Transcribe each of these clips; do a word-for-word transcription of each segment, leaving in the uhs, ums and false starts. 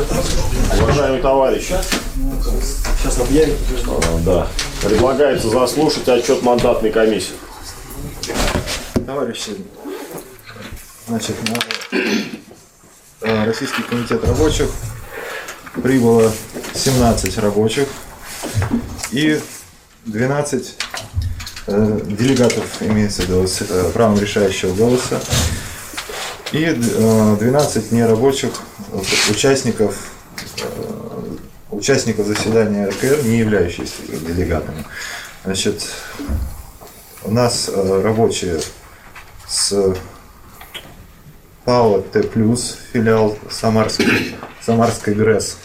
Уважаемые товарищи, сейчас объявим. Да. Предлагается заслушать отчет мандатной комиссии. Товарищи, значит, на Российский комитет рабочих прибыло семнадцать рабочих и двенадцать э, делегатов, имеется в виду, с э, правом решающего голоса, и э, двенадцать нерабочих участников, э, участников заседания эр ка эр, не являющихся делегатами. Значит, у нас э, рабочие с ПАО Т плюс, филиал Самарской, Самарской ГРЭС,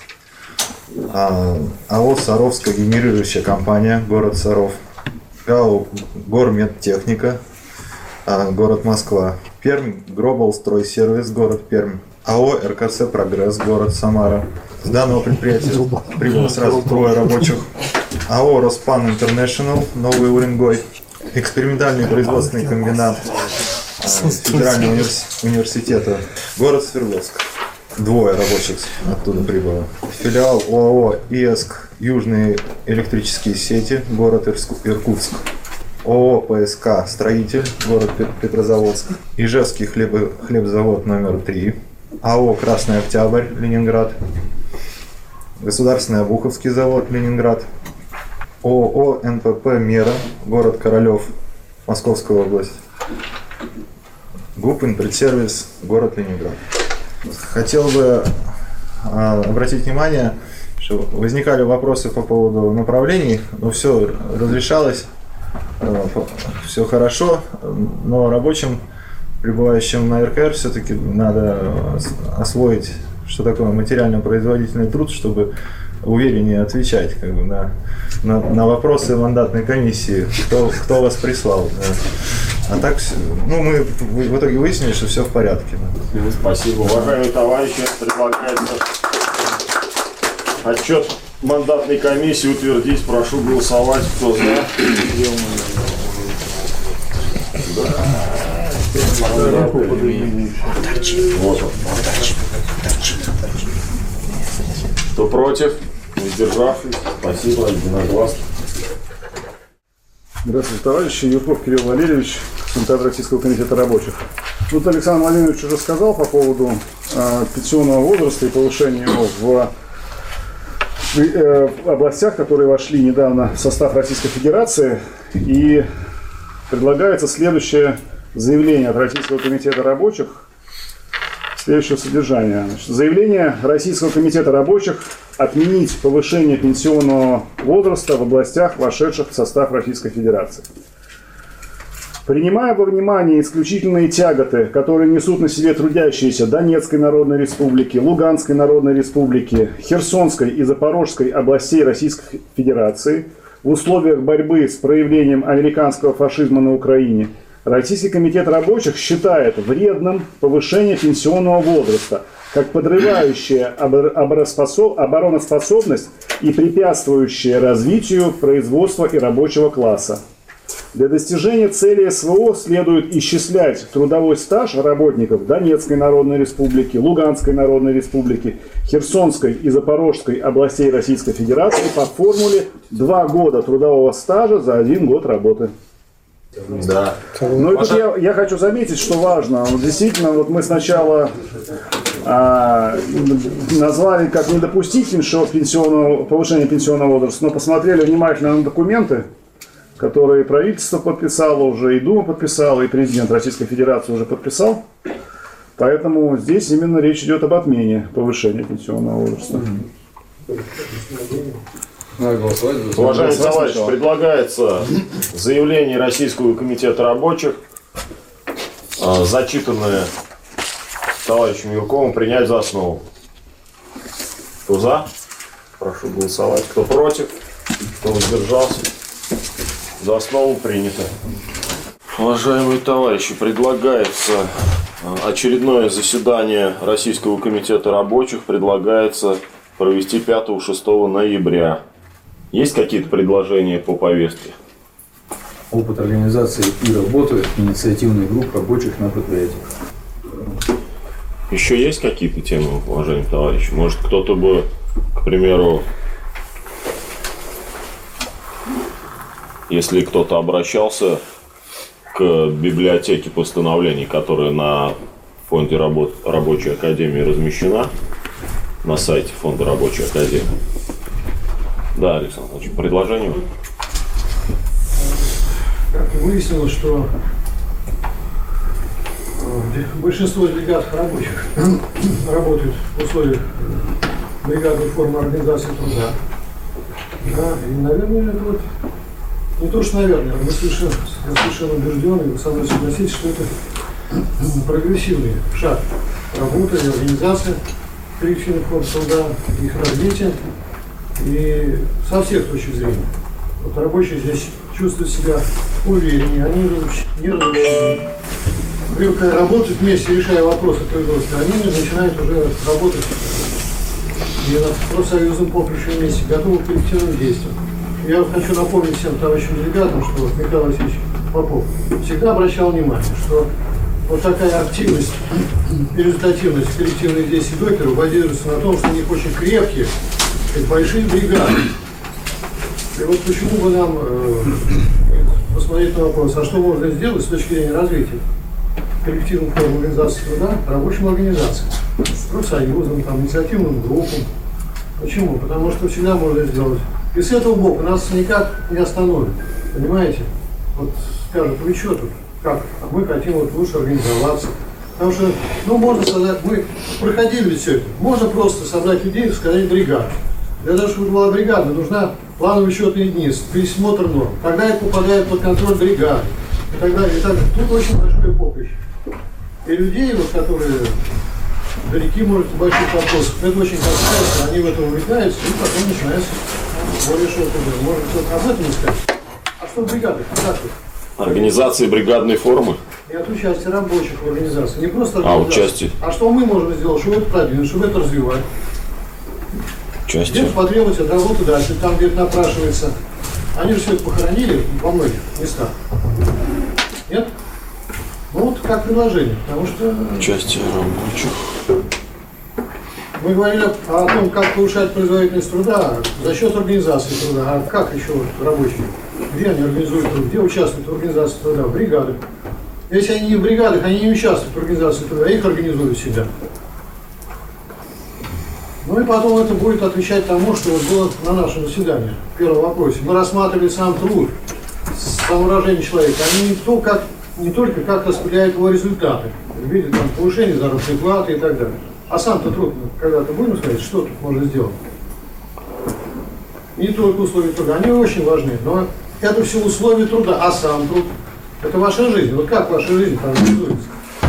АО «Саровская генерирующая компания», город Саров, ГАО «Гормедтехника», город Москва, Пермь, Глобал Стройсервис, город Пермь, АО эр ка эс «Прогресс», город Самара. С данного предприятия прибыло сразу трое рабочих. АО «Роспан Интернешнл», Новый Уренгой, экспериментальный производственный комбинат Федерального университета, город Свердловск. Двое рабочих оттуда прибыло. Филиал ОАО «ИЭСК Южные электрические сети», город Иркутск. ООО пэ эс ка «Строитель», город Петрозаводск. Ижевский хлебо, хлебзавод номер три. АО «Красный Октябрь», Ленинград. Государственный Обуховский завод, Ленинград. ООО эн пэ пэ «Мера», город Королев, Московская область. ГУП «Инпредсервис», город Ленинград. Хотел бы а, обратить внимание, что возникали вопросы по поводу направлений, но все разрешалось, а, все хорошо, но рабочим, пребывающим на эр ка эр, все-таки надо освоить, что такое материально-производительный труд, чтобы увереннее отвечать как бы, на, на, на вопросы мандатной комиссии, кто, кто вас прислал. Да. А так, ну, мы в итоге выяснили, что все в порядке. Спасибо. Уважаемые товарищи, предлагается отчет мандатной комиссии утвердить. Прошу голосовать. Кто за? Вот он. Кто против? Воздержавшись? Спасибо. Единогласно. Здравствуйте, товарищи. Юрков Кирилл Валерьевич, секретарь Российского комитета рабочих. Тут Александр Владимирович уже сказал по поводу э, пенсионного возраста и повышения его в, э, в областях, которые вошли недавно в состав Российской Федерации. И предлагается следующее заявление от Российского комитета рабочих следующего содержания. Значит, заявление Российского комитета рабочих отменить повышение пенсионного возраста в областях, вошедших в состав Российской Федерации. Принимая во внимание исключительные тяготы, которые несут на себе трудящиеся Донецкой Народной Республики, Луганской Народной Республики, Херсонской и Запорожской областей Российской Федерации в условиях борьбы с проявлением американского фашизма на Украине, Российский комитет рабочих считает вредным повышение пенсионного возраста, как подрывающее обороноспособность и препятствующее развитию производства и рабочего класса. Для достижения цели эс вэ о следует исчислять трудовой стаж работников Донецкой Народной Республики, Луганской Народной Республики, Херсонской и Запорожской областей Российской Федерации по формуле два года трудового стажа за один год работы. Да. Ну и тут я, я хочу заметить, что важно. Вот действительно, вот мы сначала а, назвали как недопустительнейшего пенсионного, повышения пенсионного возраста, но посмотрели внимательно на документы, которые правительство подписало уже, и Дума подписала, и президент Российской Федерации уже подписал. Поэтому здесь именно речь идет об отмене повышения пенсионного возраста. Уважаемые товарищи, предлагается заявление Российского комитета рабочих, зачитанное товарищем Юрковым, принять за основу. Кто за? Прошу голосовать. Кто против? Кто воздержался? За основу принято. Уважаемые товарищи, предлагается очередное заседание Российского комитета рабочих, предлагается провести пятого-шестого ноября. Есть какие-то предложения по повестке? Опыт организации и работы инициативных групп рабочих на предприятиях. Еще есть какие-то темы, уважаемые товарищи? Может, кто-то бы, к примеру, если кто-то обращался к библиотеке постановлений, которая на фонде работ, Рабочей Академии размещена, на сайте фонда Рабочей Академии. Да, Александр Ильич, предложение? Как выяснилось, что большинство бригад рабочих работают в условиях бригадной формы организации труда. Да, и, наверное, это вот не то, что, наверное, мы совершенно, я совершенно убежден, и вы со мной согласитесь, что это прогрессивный шаг работы и организации коллективных форм труда, их развития. И со всех точек зрения. Вот рабочие здесь чувствуют себя увереннее, они не разрушены. Привыкая работать вместе, решая вопросы производства, они начинают уже работать и на профсоюзном поприще вместе, готовы к коллективным действиям. Я хочу напомнить всем товарищам делегатам, что Михаил Васильевич Попов всегда обращал внимание, что вот такая активность и результативность коллективных действий докеров базируется на том, что у них очень крепкие и большие бригады. И вот почему бы нам э, посмотреть на вопрос, а что можно сделать с точки зрения развития коллективных форм организации труда рабочим организациям, профсоюзам, там, инициативным группам. Почему? Потому что всегда можно сделать. И с этого боку нас никак не остановит. Понимаете? Вот скажут, вы что тут? Как? А мы хотим вот лучше организоваться. Потому что, ну, можно создать, мы проходили все это. Можно просто собрать людей и сказать бригаду. Для того, чтобы была бригада, нужна плановый счетный единица, пересмотр норм. Тогда это попадает под контроль бригады. И так далее. И так далее. Тут очень большое поприще. И людей, вот, которые далеки, может, в больших вопросах, это очень касается, они в этом увлекаются, и потом начинается более широкое. Может, кто-то об этом искать. А что в бригадах? Как тут? Организации бригадной формы? И от участия рабочих в организации. Не просто А, организации. участие. А что мы можем сделать, чтобы это продвинуть, чтобы это развивать? Участие. Где-то потребовать от работы дальше, там где-то напрашивается. Они же все это похоронили во многих местах. Нет? Ну вот как предложение, потому что... Участие рабочих. Мы говорили о том, как повышать производительность труда за счет организации труда. А как еще рабочие? Где они организуют труд? Где участвуют в организации труда? В бригадах. Если они не в бригадах, они не участвуют в организации труда, их организуют себя. Ну и потом это будет отвечать тому, что вот было на нашем заседании, в первом вопросе. Мы рассматривали сам труд, самовыражение человека, а не, то, как, не только как распределяют его результаты, в виде там, повышения заработной платы и так далее. А сам-то труд, когда-то будем сказать, что тут можно сделать? Не только условия труда, они очень важны, но это все условия труда, а сам труд, это ваша жизнь. Вот как ваша жизнь там реализуется?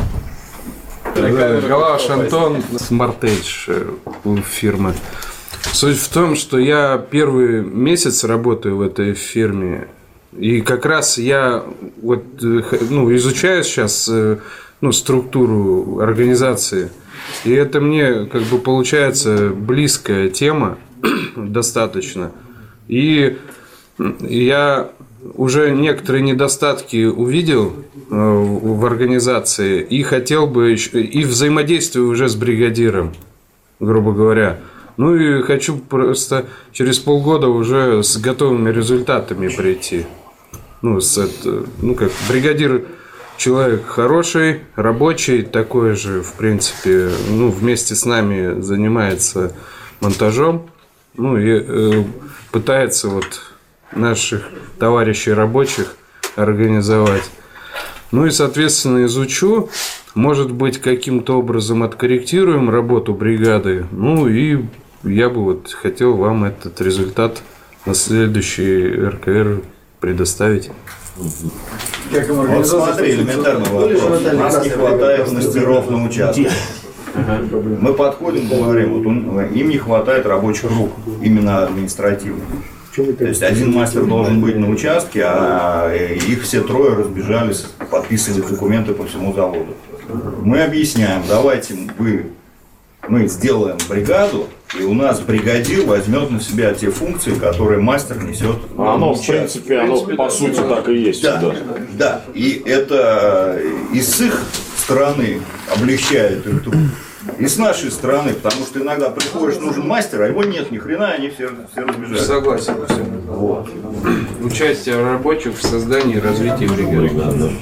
Галаш Антон, Smart Edge фирмы. Суть в том, что я первый месяц работаю в этой фирме, и как раз я вот, ну, изучаю сейчас, ну, структуру организации, и это мне как бы получается близкая тема достаточно. И я уже некоторые недостатки увидел в организации и хотел бы еще, и взаимодействую уже с бригадиром, грубо говоря. Ну и хочу просто через полгода уже с готовыми результатами прийти. Ну, с это, ну как бригадир человек хороший, рабочий, такой же, в принципе, ну, вместе с нами занимается монтажом, ну и э, пытается вот наших товарищей рабочих организовать. Ну и, соответственно, изучу, может быть, каким-то образом откорректируем работу бригады. Ну и я бы вот хотел вам этот результат на следующий эр ка эр предоставить. Вот смотри, элементарный вопрос. У нас не хватает мастеров на участке. Мы подходим, говорим, вот он, им не хватает рабочих рук, именно административных. То есть один мастер должен быть на участке, а их все трое разбежались подписывать документы по всему заводу. Мы объясняем, давайте вы, мы сделаем бригаду, и у нас бригадир возьмет на себя те функции, которые мастер несет. А оно, в принципе, оно по сути так и есть. Да, да, да. И это и с их стороны облегчает их труд. И с нашей стороны, потому что иногда приходишь, нужен мастер, а его нет ни хрена, они все, все разбежались. Согласен. Вот. Участие рабочих в создании и развитии бригады.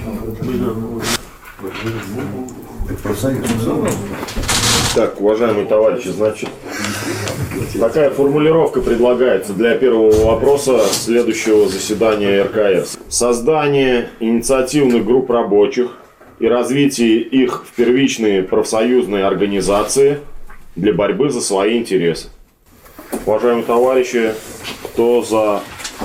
Так, уважаемые товарищи, значит, такая формулировка предлагается для первого вопроса следующего заседания эр ка эс. Создание инициативных групп рабочих и развитие их в первичные профсоюзные организации для борьбы за свои интересы. Уважаемые товарищи, кто за,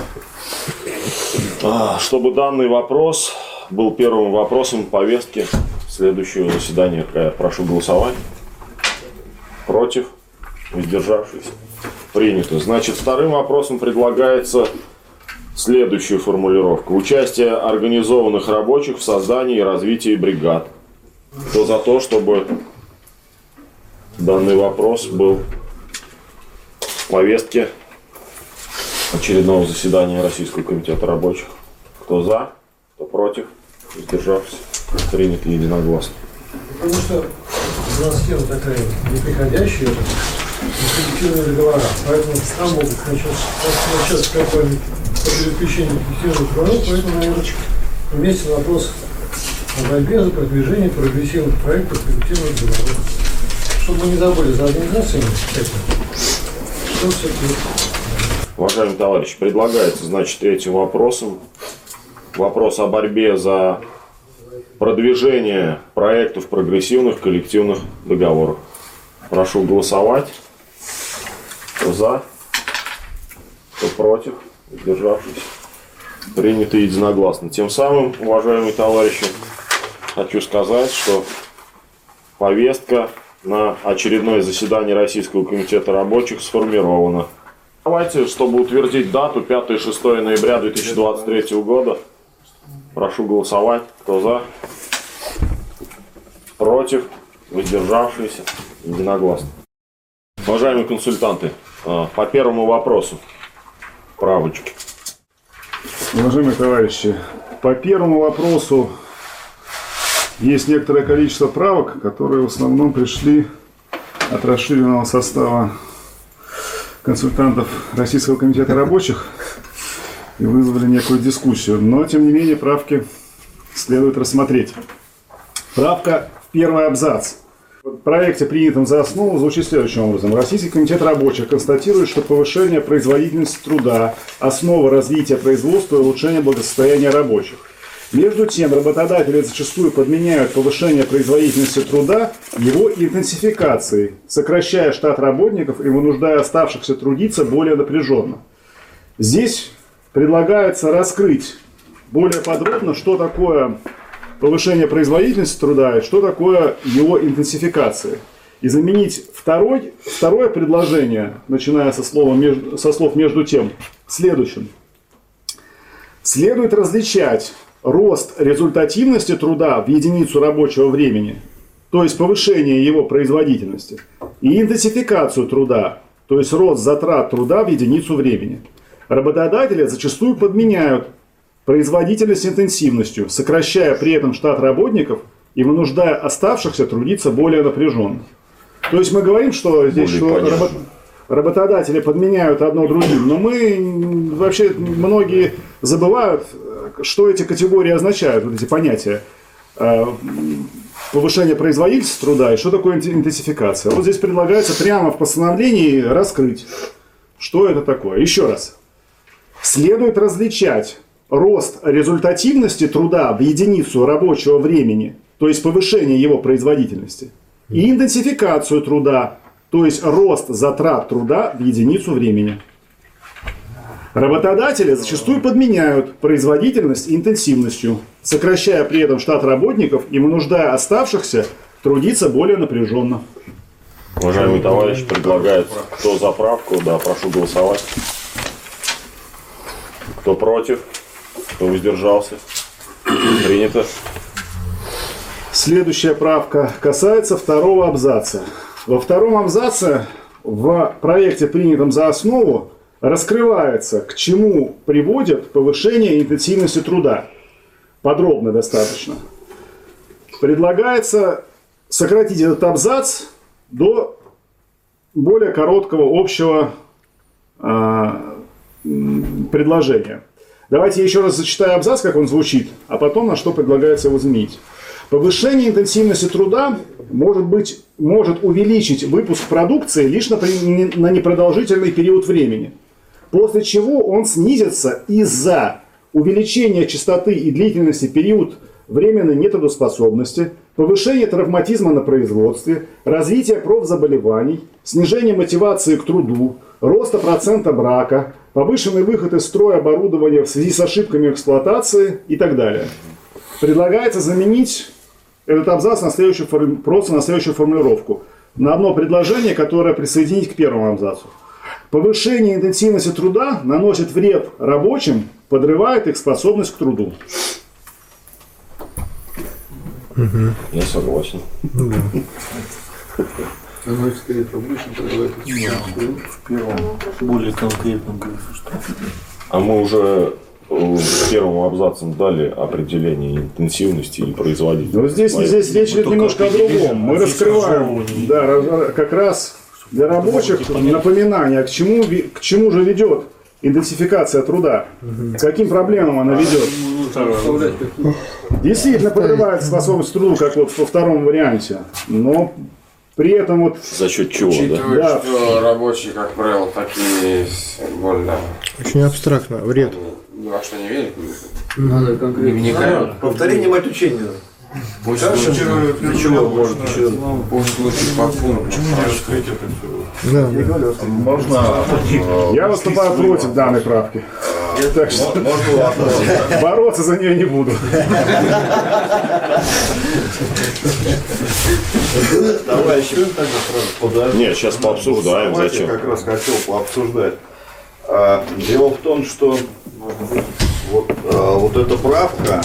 а, чтобы данный вопрос был первым вопросом повестки следующего заседания эр ка эс? Прошу голосовать. Против? Воздержавшись? Принято. Значит, вторым вопросом предлагается следующая формулировка. Участие организованных рабочих в создании и развитии бригад. Кто за то, чтобы данный вопрос был в повестке очередного заседания Российского комитета рабочих? Кто за? Кто против? Воздержавшись? Принято единогласно. Потому что у нас тема такая неприходящая, коллективные договора, поэтому там могут начаться какое-нибудь переключение коллективных договоров, поэтому, наверное, вместе вопрос о борьбе за продвижение прогрессивных проектов коллективных договоров. Чтобы мы не забыли за организациями, что все-таки... Уважаемые товарищи, предлагается, значит, третьим вопросом вопрос о борьбе за продвижение проектов прогрессивных коллективных договоров. Прошу голосовать. Кто за? Кто против? Державшись? Принято единогласно. Тем самым, уважаемые товарищи, хочу сказать, что повестка на очередное заседание Российского комитета рабочих сформирована. Давайте, чтобы утвердить дату пятое и шестое ноября две тысячи двадцать третьего года, прошу голосовать. Кто за? Против? Воздержавшиеся? Единогласно. Уважаемые консультанты, по первому вопросу правочки. Уважаемые товарищи, по первому вопросу есть некоторое количество правок, которые в основном пришли от расширенного состава консультантов Российского комитета рабочих и вызвали некую дискуссию. Но, тем не менее, правки следует рассмотреть. Правка в первый абзац. В проекте, принятом за основу, звучит следующим образом. Российский комитет рабочих констатирует, что повышение производительности труда – основа развития производства и улучшения благосостояния рабочих. Между тем, работодатели зачастую подменяют повышение производительности труда его интенсификацией, сокращая штат работников и вынуждая оставшихся трудиться более напряженно. Здесь предлагается раскрыть более подробно, что такое повышение производительности труда и что такое его интенсификация. И заменить второй, второе предложение, начиная со, слова, со слов «между тем», следующим. Следует различать рост результативности труда в единицу рабочего времени, то есть повышение его производительности, и интенсификацию труда, то есть рост затрат труда в единицу времени. Работодатели зачастую подменяют производительность интенсивностью, сокращая при этом штат работников и вынуждая оставшихся трудиться более напряженно. То есть мы говорим, что здесь что работ... работодатели подменяют одно другим, но мы вообще многие забывают, что эти категории означают, вот эти понятия. Повышение производительности труда и что такое интенсификация. Вот здесь предлагается прямо в постановлении раскрыть, что это такое. Еще раз. Следует различать рост результативности труда в единицу рабочего времени, то есть повышение его производительности, и интенсификацию труда, то есть рост затрат труда в единицу времени. Работодатели зачастую подменяют производительность интенсивностью, сокращая при этом штат работников и вынуждая оставшихся трудиться более напряженно. Уважаемый товарищ, предлагает, кто за правку, да, прошу голосовать. Кто против? Кто воздержался? Принято. Следующая правка касается второго абзаца. Во втором абзаце в проекте, принятом за основу, раскрывается, к чему приводит повышение интенсивности труда. Подробно достаточно. Предлагается сократить этот абзац до более короткого общего э, предложения. Давайте я еще раз зачитаю абзац, как он звучит, а потом на что предлагается его заменить. Повышение интенсивности труда может, быть, может увеличить выпуск продукции лишь на, на непродолжительный период времени, после чего он снизится из-за увеличения частоты и длительности период временной нетрудоспособности, повышения травматизма на производстве, развития профзаболеваний, снижения мотивации к труду, роста процента брака, повышенный выход из строя оборудования в связи с ошибками эксплуатации и так далее. Предлагается заменить этот абзац на следующую, просто на следующую формулировку. На одно предложение, которое присоединить к первому абзацу. Повышение интенсивности труда наносит вред рабочим, подрывает их способность к труду. Я согласен. В первом, более конкретном говорится, что... А мы уже первым абзацем дали определение интенсивности или производительности. Но здесь, здесь речь идет немножко о другом. Мы раскрываем, да, как раз для рабочих напоминание, к чему, к чему же ведет интенсификация труда, к каким проблемам она ведет. Действительно подрывает способность к труду, как вот во втором варианте, но при этом вот... За счет чего, учитывая, да? что рабочие, как правило, такие больно... Очень абстрактно, вред. Ни во что не верят. Надо конкретно. Не вникают. Повторение мать учения. Пусть лучше по пункту. Да, Можно... Я выступаю против данной правки. Так что бороться за нее не буду. Товарищи, Нет, сейчас пообсуждаем, зачем. Я как раз хотел пообсуждать. А, дело в том, что вот, а, вот эта правка,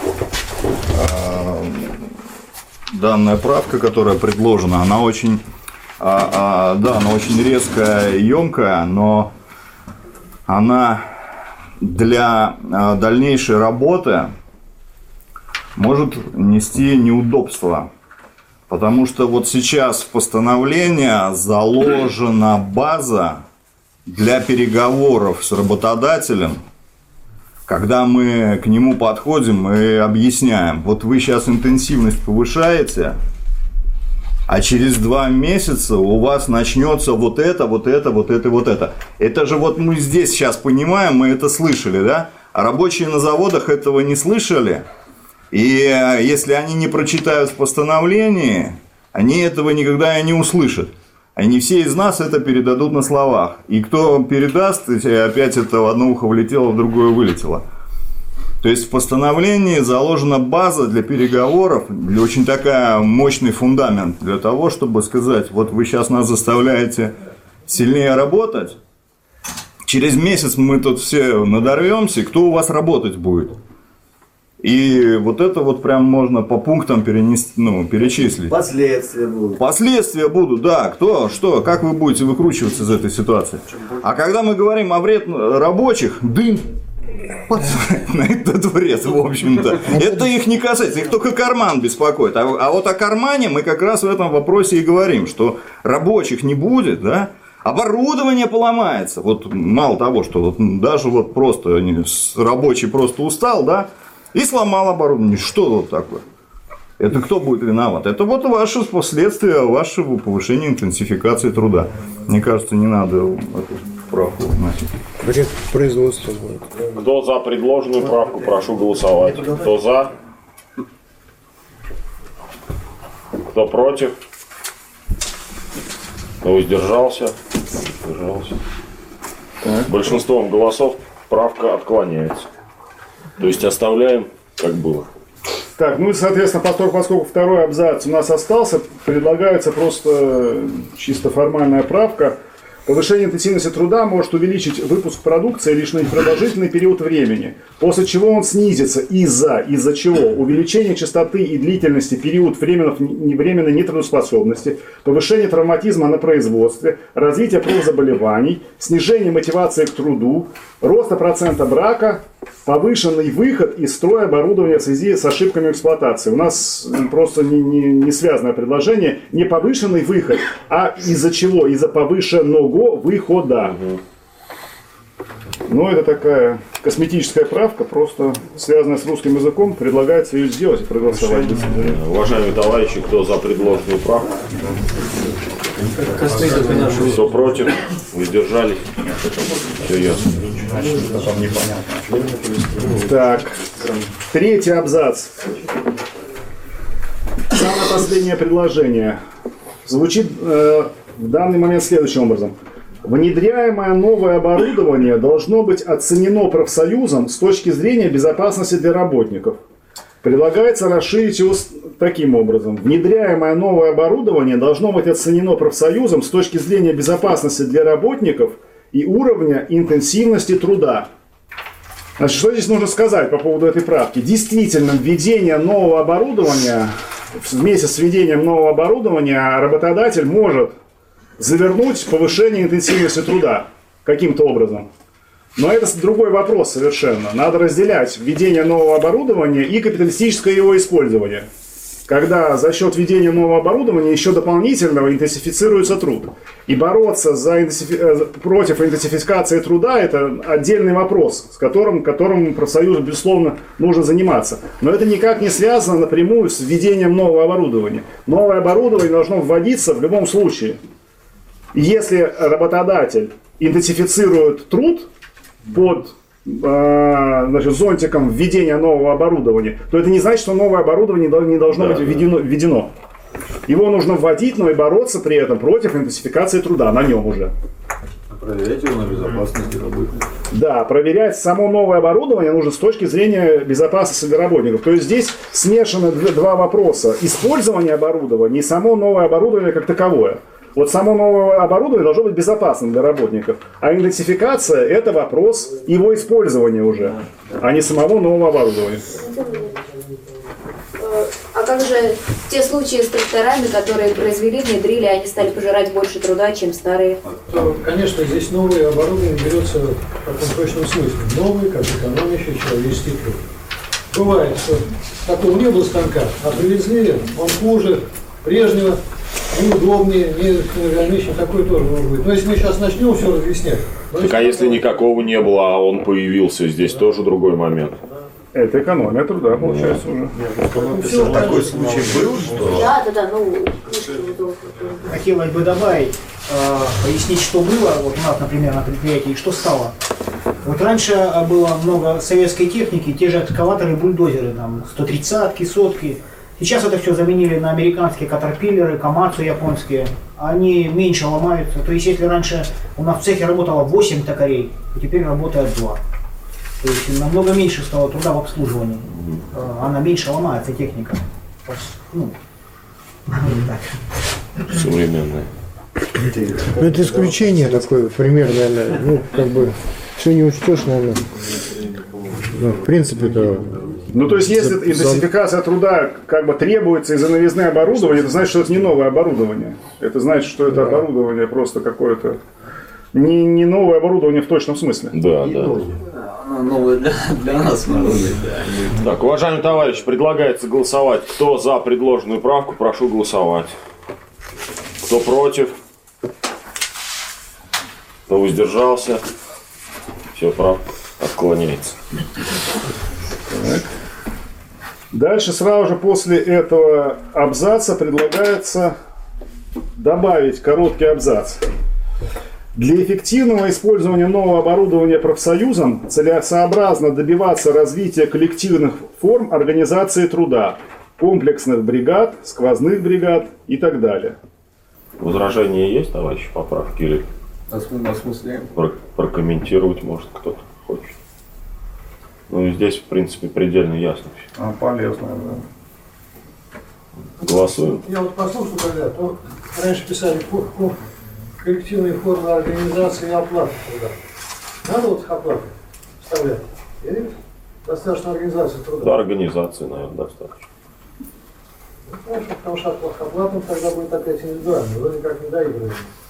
а, данная правка, которая предложена, она очень, а, а, да, она очень резкая и емкая, но она для а, дальнейшей работы может нести неудобства. Потому что вот сейчас в постановлении заложена база для переговоров с работодателем, когда мы к нему подходим и объясняем, вот вы сейчас интенсивность повышаете, а через два месяца у вас начнется вот это, вот это, вот это, вот это. Это же вот мы здесь сейчас понимаем, мы это слышали, да? А рабочие на заводах этого не слышали. И если они не прочитают в постановлении, они этого никогда и не услышат. Они все из нас это передадут на словах. И кто передаст, опять это в одно ухо влетело, в другое вылетело. То есть в постановлении заложена база для переговоров, для очень такая мощный фундамент для того, чтобы сказать, вот вы сейчас нас заставляете сильнее работать, через месяц мы тут все надорвемся, кто у вас работать будет? И вот это вот прям можно по пунктам перенести, ну, перечислить. Последствия будут. Последствия будут, да. Кто, что, как вы будете выкручиваться из этой ситуации? А когда мы говорим о вред рабочих, дым на этот вред, в общем-то. Это их не касается, их только карман беспокоит. А, а вот о кармане мы как раз в этом вопросе и говорим, что рабочих не будет, да? Оборудование поломается. Вот мало того, что вот даже вот просто рабочий просто устал, да? И сломал оборудование. Что вот такое? Это кто будет виноват? Это вот ваши последствия вашего повышения интенсификации труда. Мне кажется, не надо эту правку вносить. вред производства будет. Кто за предложенную правку, прошу голосовать. Кто за? Кто против? Кто воздержался? Воздержался. Большинством голосов правка отклоняется. То есть оставляем, как было. Так, ну и, соответственно, поскольку, поскольку второй абзац у нас остался, предлагается просто чисто формальная правка Повышение интенсивности труда может увеличить выпуск продукции лишь на продолжительный период времени, после чего он снизится из-за, из-за чего? Увеличение частоты и длительности период временной нетрудоспособности, повышение травматизма на производстве, развитие профзаболеваний, снижение мотивации к труду, роста процента брака, повышенный выход из строя оборудования в связи с ошибками эксплуатации. У нас просто не, не, не связанное предложение. Не повышенный выход, а из-за чего? Из-за повышенного выхода. Ну, это такая косметическая правка, просто связанная с русским языком. Предлагается ее сделать и проголосовать. Уважаемые товарищи, кто за предложенную правку? Кто против? Воздержались? Все ясно. Так, третий абзац. Самое последнее предложение звучит э, в данный момент следующим образом. Внедряемое новое оборудование должно быть оценено профсоюзом с точки зрения безопасности для работников. Предлагается расширить его таким образом. Внедряемое новое оборудование должно быть оценено профсоюзом с точки зрения безопасности для работников и уровня интенсивности труда. Значит, что здесь нужно сказать по поводу этой правки? Действительно, введение нового оборудования, вместе с введением нового оборудования работодатель может завернуть повышение интенсивности труда каким-то образом. Но это другой вопрос совершенно. Надо разделять введение нового оборудования и капиталистическое его использование. Когда за счет введения нового оборудования еще дополнительного интенсифицируется труд. И бороться за интенсифи... против интенсификации труда – это отдельный вопрос, с которым, которым профсоюзу, безусловно, нужно заниматься. Но это никак не связано напрямую с введением нового оборудования. Новое оборудование должно вводиться в любом случае. И если работодатель интенсифицирует труд под э, значит, зонтиком введения нового оборудования, то это не значит, что новое оборудование не должно да, быть введено, введено. Его нужно вводить, но и бороться при этом против интенсификации труда на нем уже. Проверять его на безопасность работников. Да, проверять само новое оборудование нужно с точки зрения безопасности для работников. То есть здесь смешаны два вопроса. Использование оборудования и само новое оборудование как таковое. Вот само новое оборудование должно быть безопасным для работников. А идентификация – это вопрос его использования уже, а не самого нового оборудования. А как же те случаи с тракторами, которые произвели, внедрили, они стали пожирать больше труда, чем старые? Конечно, здесь новое оборудование берется в таком точном смысле. Новый, как экономящий человеческий труд. Бывает, что такого не было станка, а привезли, он хуже прежнего, неудобнее, неэргономичнее, такое тоже может быть. Но если мы сейчас начнем все разъяснять... Так а если никакого не было, а он появился, здесь тоже другой момент. Это экономия труда, получается, уже. Все, такой случай был, что... Да, да, да, ну... Хотелось бы добавить, э, пояснить, что было вот у нас, например, на предприятии, и что стало. Вот раньше было много советской техники, те же экскаваторы, бульдозеры, там, сто тридцатки, сотки. Сейчас это все заменили на американские катерпиллеры, камацу японские. Они меньше ломаются. То есть, если раньше у нас в цехе работало восемь токарей, то теперь работает два. То есть намного меньше стало труда в обслуживании. Она меньше ломается, техника. Ну, так. Современная. Ну, это исключение такое, пример, наверное. Ну, как бы, все не учтешь, наверное. Ну, в принципе, это... Ну, то есть, если интенсификация труда как бы требуется из-за новизны оборудования, это значит, что это не новое оборудование. Это значит, что это оборудование просто какое-то... Не, не новое оборудование в точном смысле. Да, да. Оно новое для, для нас, может быть, да. Так, уважаемые товарищи, предлагается голосовать. Кто за предложенную правку, прошу голосовать. Кто против? Кто воздержался? Все, правка отклоняется. Так. Дальше сразу же после этого абзаца предлагается добавить короткий абзац. Для эффективного использования нового оборудования профсоюзом целесообразно добиваться развития коллективных форм организации труда, комплексных бригад, сквозных бригад и так далее. Возражения есть, товарищи, поправки? Или осмысляем? Прокомментировать может кто-то хочет. Ну и здесь, в принципе, предельно ясно все. А, полезно, да. Голосуем. Я вот послушал, когда то раньше писали коллективные формы организации и оплаты труда. Надо вот оплаты вставлять? Или достаточно организации труда? Да, организации, наверное, достаточно. Ну, хорошо, потому что оплата тогда будет опять индивидуальная, вроде как не доигрываем.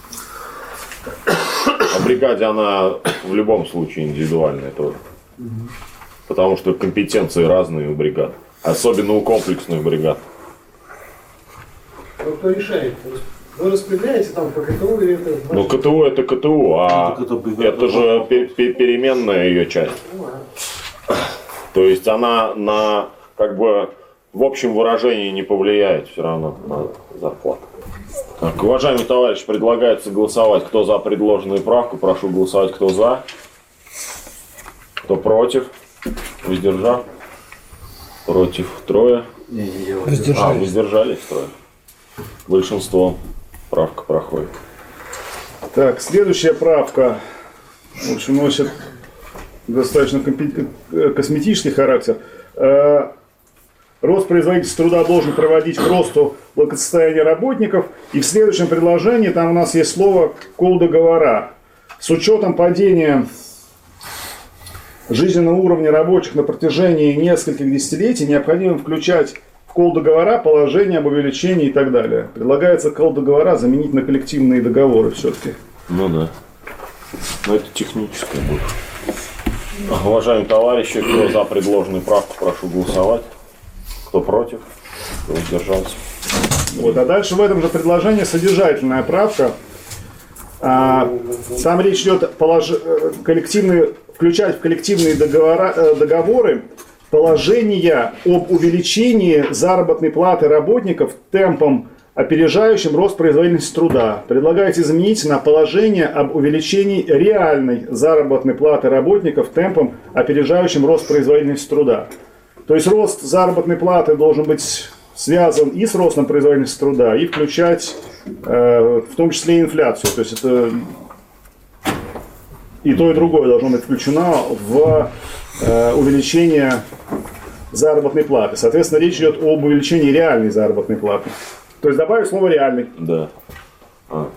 А бригаде она в любом случае индивидуальная тоже. Угу. Потому что компетенции разные у бригад. Особенно у комплексных бригад. Ну, кто решает? Вы распределяете там по КТУ или это... Ну, КТУ это КТУ, а это, это же переменная ее часть. То есть она на, как бы, в общем выражении не повлияет все равно на зарплату. Так, уважаемые товарищи, предлагается голосовать, кто за предложенную правку. Прошу голосовать, кто за, кто против, воздержал. Против трое. Воздержались. А, воздержались трое. Большинство. Правка проходит. Так, следующая правка, в общем, носит достаточно косметический характер. Рост производительности труда должен проводить к росту благосостояния работников. И в следующем предложении там у нас есть слово «колл-договора». С учетом падения жизненного уровня рабочих на протяжении нескольких десятилетий необходимо включать в колл-договора положение об увеличении и так далее. Предлагается колл-договора заменить на коллективные договоры все-таки. Ну да. Но это техническое будет. Уважаемые товарищи, кто за предложенную правку, прошу голосовать. Кто против, кто воздержался. Вот, а дальше в этом же предложении содержательная правка. А, там речь идет полож... коллективные... включать в коллективные договора... договоры положения об увеличении заработной платы работников темпом, опережающим рост производительности труда. Предлагается заменить на положение об увеличении реальной заработной платы работников темпом, опережающим рост производительности труда. То есть рост заработной платы должен быть связан и с ростом производительности труда, и включать э, в том числе и инфляцию. То есть это и то, и другое должно быть включено в э, увеличение заработной платы. Соответственно, речь идет об увеличении реальной заработной платы. То есть добавить слово «реальный». Да. А.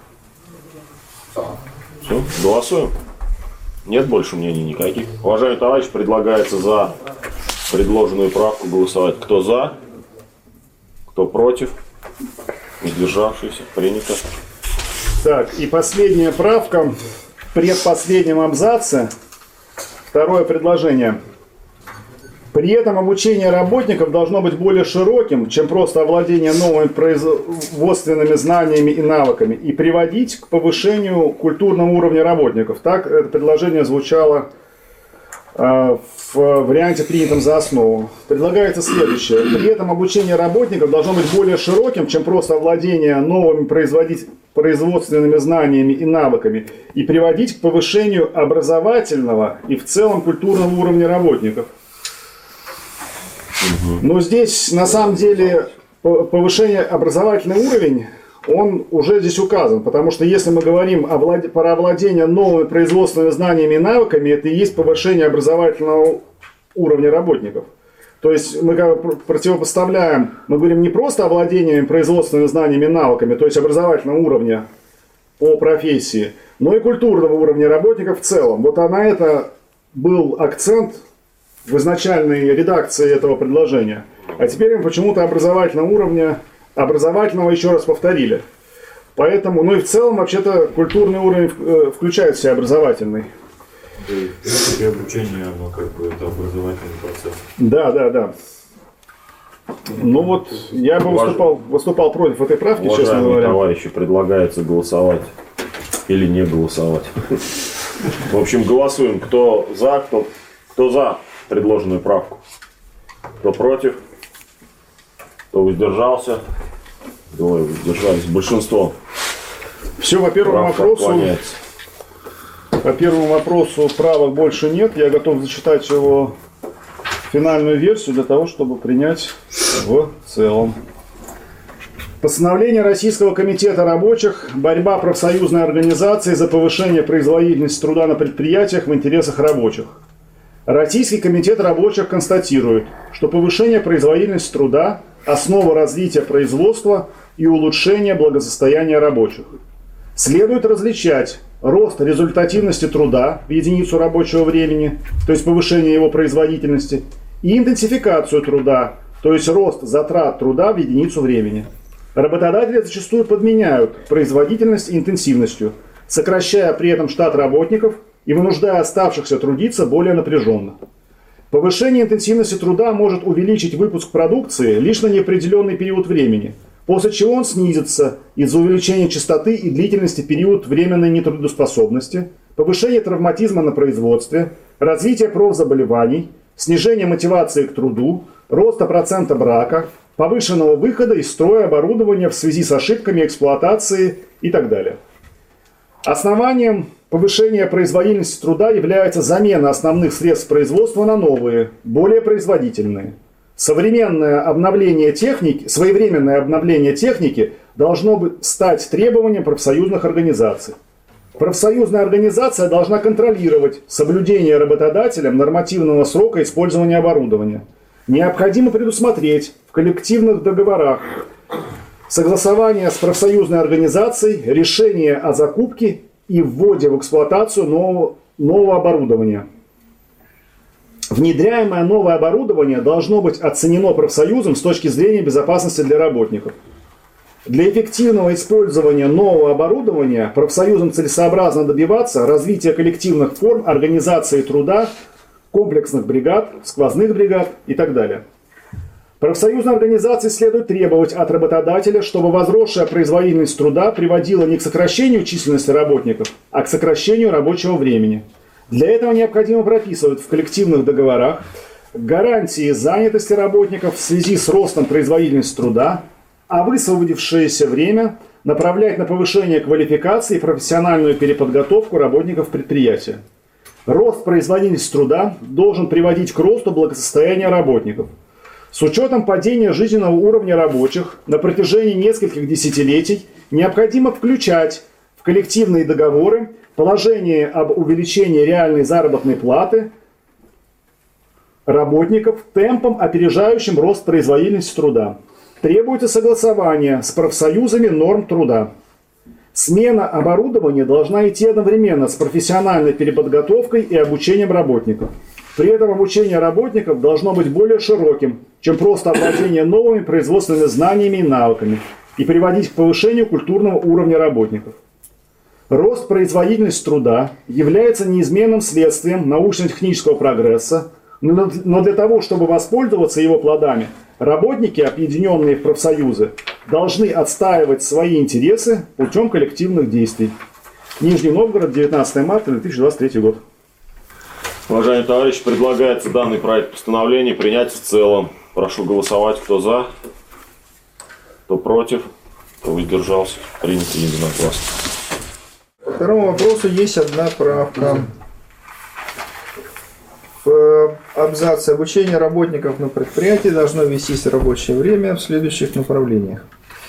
Все, голосуем. Нет больше мнений никаких. Уважаемые товарищи, предлагается за предложенную правку голосовать. Кто за? Кто против? Воздержавшийся? Принято. Так, и последняя правка. В предпоследнем абзаце. Второе предложение. При этом обучение работников должно быть более широким, чем просто овладение новыми производственными знаниями и навыками, и приводить к повышению культурного уровня работников. Так это предложение звучало э, в варианте, принятом за основу. Предлагается следующее. При этом обучение работников должно быть более широким, чем просто овладение новыми производственными знаниями и навыками, и приводить к повышению образовательного и в целом культурного уровня работников. Но здесь, на самом деле, повышение образовательный уровень, он уже здесь указан. Потому что если мы говорим о влад... про овладение новыми производственными знаниями и навыками, это и есть повышение образовательного уровня работников. То есть мы как бы противопоставляем, мы говорим не просто о владении производственными знаниями и навыками, то есть образовательного уровня по профессии, но и культурного уровня работников в целом. Вот на это был акцент в изначальной редакции этого предложения. А теперь мы почему-то образовательного уровня, образовательного еще раз повторили. Поэтому, ну и в целом, вообще-то, культурный уровень включает в себя образовательный. Да, и в принципе, обучение, оно как бы это образовательный процесс. Да, да, да. Ну вот, я бы выступал, выступал против этой правки, Уважаемые честно говоря. товарищи, предлагается голосовать или не голосовать. В общем, голосуем, кто за, кто, кто за предложенную правку. Кто против? Кто воздержался? Двое воздержались. Большинство. Все, по первому вопросу. Отклоняется. По первому вопросу правок больше нет. Я готов зачитать его финальную версию для того, чтобы принять в целом. Постановление Российского комитета рабочих «Борьба профсоюзной организации за повышение производительности труда на предприятиях в интересах рабочих». Российский комитет рабочих констатирует, что повышение производительности труда – основа развития производства и улучшения благосостояния рабочих. Следует различать рост результативности труда в единицу рабочего времени, то есть повышение его производительности, и интенсификацию труда, то есть рост затрат труда в единицу времени. Работодатели зачастую подменяют производительность интенсивностью, сокращая при этом штат работников и вынуждая оставшихся трудиться более напряженно. Повышение интенсивности труда может увеличить выпуск продукции лишь на неопределенный период времени, после чего он снизится из-за увеличения частоты и длительности период временной нетрудоспособности, повышения травматизма на производстве, развития профзаболеваний, снижения мотивации к труду, роста процента брака, повышенного выхода из строя оборудования в связи с ошибками эксплуатации и так далее. Основанием повышения производительности труда является замена основных средств производства на новые, более производительные. Современное обновление техники, своевременное обновление техники должно стать требованием профсоюзных организаций. Профсоюзная организация должна контролировать соблюдение работодателем нормативного срока использования оборудования. Необходимо предусмотреть в коллективных договорах согласование с профсоюзной организацией решение о закупке и вводе в эксплуатацию нового, нового оборудования. Внедряемое новое оборудование должно быть оценено профсоюзом с точки зрения безопасности для работников. Для эффективного использования нового оборудования профсоюзам целесообразно добиваться развития коллективных форм организации труда, комплексных бригад, сквозных бригад и так далее. Профсоюзной организации следует требовать от работодателя, чтобы возросшая производительность труда приводила не к сокращению численности работников, а к сокращению рабочего времени. Для этого необходимо прописывать в коллективных договорах гарантии занятости работников в связи с ростом производительности труда, а высвободившееся время направлять на повышение квалификации и профессиональную переподготовку работников предприятия. Рост производительности труда должен приводить к росту благосостояния работников. С учетом падения жизненного уровня рабочих на протяжении нескольких десятилетий необходимо включать в коллективные договоры положение об увеличении реальной заработной платы работников темпом, опережающим рост производительности труда. Требуется согласование с профсоюзами норм труда. Смена оборудования должна идти одновременно с профессиональной переподготовкой и обучением работников. При этом обучение работников должно быть более широким, чем просто овладение новыми производственными знаниями и навыками, и приводить к повышению культурного уровня работников. Рост производительности труда является неизменным следствием научно-технического прогресса, но для того, чтобы воспользоваться его плодами, работники, объединенные в профсоюзы, должны отстаивать свои интересы путем коллективных действий. Нижний Новгород, девятнадцатое марта две тысячи двадцать третий год. Уважаемые товарищи, предлагается данный проект постановления принять в целом. Прошу голосовать, кто за, кто против, кто воздержался. Принято единогласно. По второму вопросу есть одна правка. В абзаце обучение работников на предприятии должно вестись в рабочее время в следующих направлениях.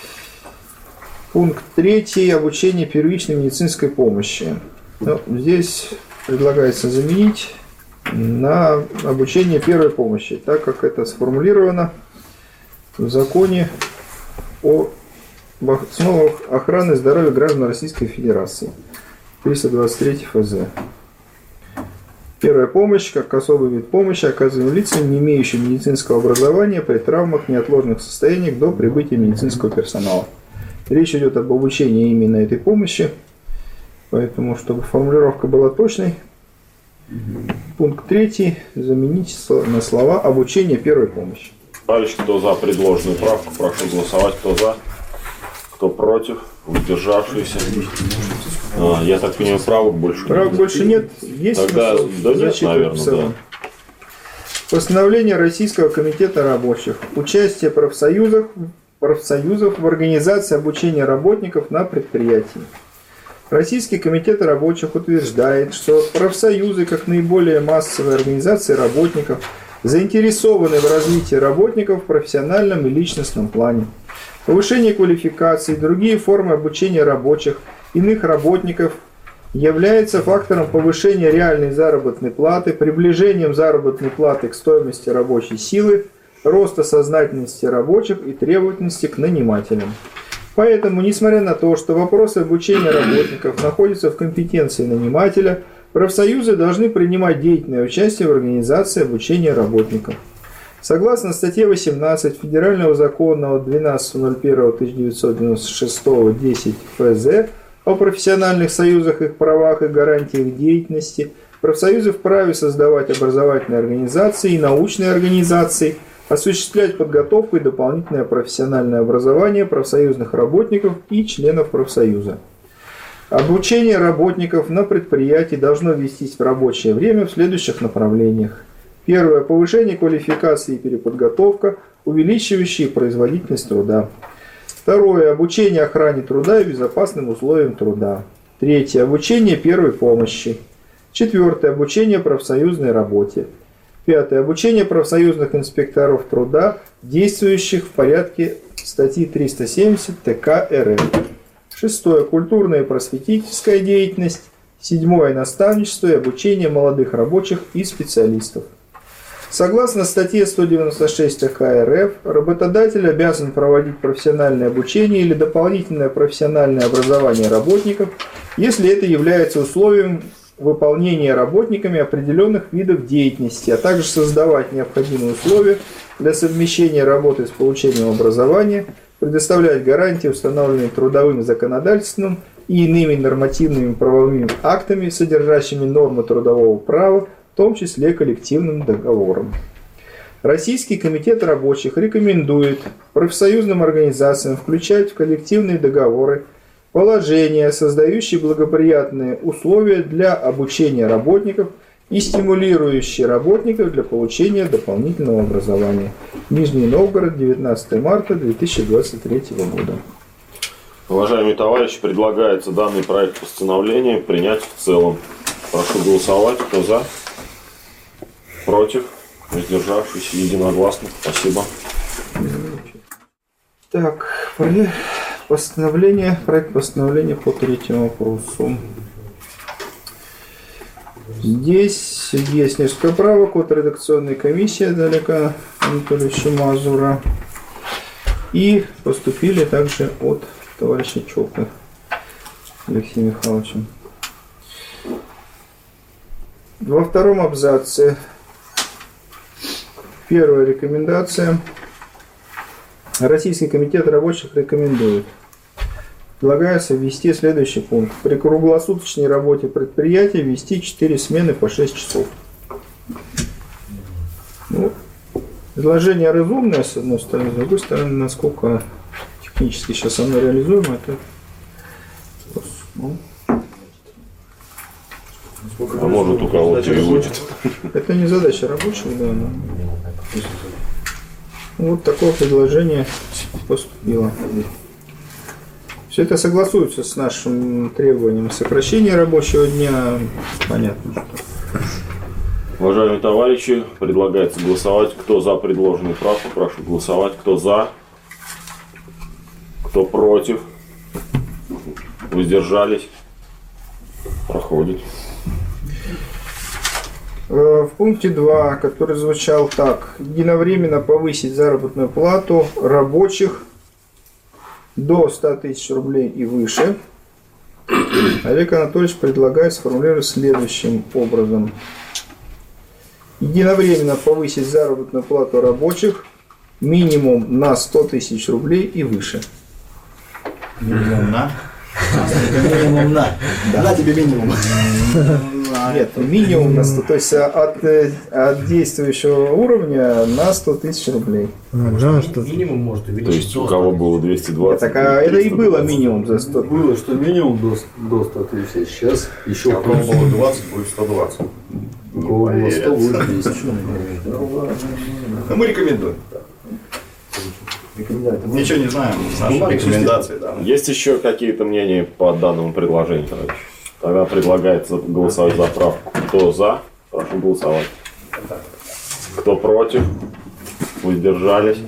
Пункт третий. Обучение первичной медицинской помощи. Ну, здесь предлагается заменить на обучение первой помощи, так как это сформулировано в законе о основах охраны здоровья граждан Российской Федерации. триста двадцать три эф зэ. Первая помощь, как особый вид помощи, оказываемый лицам, не имеющим медицинского образования при травмах, неотложных состояниях до прибытия медицинского персонала. Речь идет об обучении именно этой помощи, поэтому, чтобы формулировка была точной, пункт третий заменить на слова «обучение первой помощи». Товарищи, кто за предложенную правку, прошу голосовать, кто за, кто против, воздержавшиеся. А, я так понимаю, правок больше правок нет. больше нет. Есть Тогда, да нет, наверное, да. Постановление Российского комитета рабочих. Участие профсоюзов, профсоюзов в организации обучения работников на предприятии. Российский комитет рабочих утверждает, что профсоюзы, как наиболее массовые организации работников, заинтересованы в развитии работников в профессиональном и личностном плане. Повышение квалификации и другие формы обучения рабочих, иных работников является фактором повышения реальной заработной платы, приближением заработной платы к стоимости рабочей силы, роста сознательности рабочих и требовательности к нанимателям. Поэтому, несмотря на то, что вопросы обучения работников находятся в компетенции нанимателя, профсоюзы должны принимать деятельное участие в организации обучения работников. Согласно статье восемнадцать Федерального закона от двенадцатого ноль первого тысяча девятьсот девяносто шестого десять эф зэ о профессиональных союзах, их правах и гарантиях деятельности, профсоюзы вправе создавать образовательные организации и научные организации, осуществлять подготовку и дополнительное профессиональное образование профсоюзных работников и членов профсоюза. Обучение работников на предприятии должно вестись в рабочее время в следующих направлениях. Первое. Повышение квалификации и переподготовка, увеличивающие производительность труда. Второе. Обучение охране труда и безопасным условиям труда. Третье. Обучение первой помощи. Четвертое. Обучение профсоюзной работе. Пятое. Обучение профсоюзных инспекторов труда, действующих в порядке статьи триста семьдесят тэ ка эр эф. Шестое. Культурная и просветительская деятельность. Седьмое. Наставничество и обучение молодых рабочих и специалистов. Согласно статье сто девяносто шесть тэ ка эр эф, работодатель обязан проводить профессиональное обучение или дополнительное профессиональное образование работников, если это является условием выполнения работниками определенных видов деятельности, а также создавать необходимые условия для совмещения работы с получением образования, предоставлять гарантии, установленные трудовым законодательством и иными нормативными правовыми актами, содержащими нормы трудового права, в том числе коллективным договором. Российский комитет рабочих рекомендует профсоюзным организациям включать в коллективные договоры положения, создающие благоприятные условия для обучения работников и стимулирующие работников для получения дополнительного образования. Нижний Новгород, девятнадцатое марта две тысячи двадцать третьего года. Уважаемые товарищи, предлагается данный проект постановления принять в целом. Прошу голосовать. Кто за? Против? Воздержавшись? Единогласно. Спасибо. Так, постановление, проект постановления по третьему вопросу. Здесь есть несколько правок от редакционной комиссии Олега Анатольевича Мазура. И поступили также от товарища Чопа Алексея Михайловича. Во втором абзаце первая рекомендация. Российский комитет рабочих рекомендует. Предлагается ввести следующий пункт. При круглосуточной работе предприятия ввести четыре смены по шесть часов. Ну, предложение разумное, с одной стороны, с другой стороны, насколько технически сейчас оно реализуемо, это ну, а может у кого-то и будет. Это не задача рабочих, да. Но... Вот такое предложение поступило. Все это согласуется с нашим требованием сокращения рабочего дня. Понятно, что. Уважаемые товарищи, предлагается голосовать. Кто за предложенную правку, прошу голосовать. Кто за? Кто против? Воздержались? Проходит. В пункте два, который звучал так: единовременно повысить заработную плату рабочих до ста тысяч рублей и выше, Олег Анатольевич предлагает сформулировать следующим образом. Единовременно повысить заработную плату рабочих минимум на сто тысяч рублей и выше. Минимум на? Минимум на. На тебе минимум. Нет, минимум на сто, то есть от, от действующего уровня на сто тысяч рублей. А, что минимум может увеличить. То есть у кого было двести двадцать? Так, а это и было минимум за сто. Было, что минимум до, до ста тысяч, сейчас еще. У кого было двадцать, будет сто двадцать. У кого было сто, будет двести. Но мы рекомендуем. Ничего не знаем, наши рекомендации. Да. Есть еще какие-то мнения по данному предложению, товарищи? Тогда предлагается голосовать за правку. Кто за? Прошу голосовать. Кто против? Воздержались?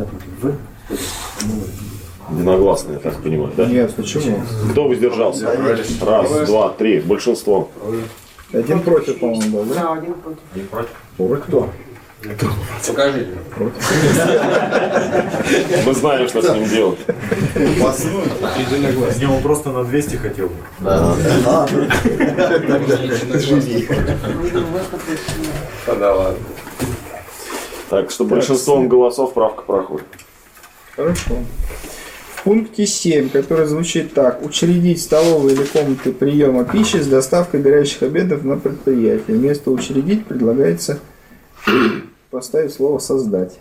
Единогласно, я так понимаю, да? Нет, почему? Кто воздержался? Раз, два, три. Большинство. Один против, по-моему, был, да? Да, один против. Один против. Против кто? Покажите. Мы знаем, что с ним делать. С него просто на двести хотел бы. Да. Да ладно. Так что большинством голосов правка проходит. Хорошо. В пункте семь, который звучит так: учредить столовые или комнаты приема пищи с доставкой горячих обедов на предприятие. Вместо учредить предлагается поставить слово создать.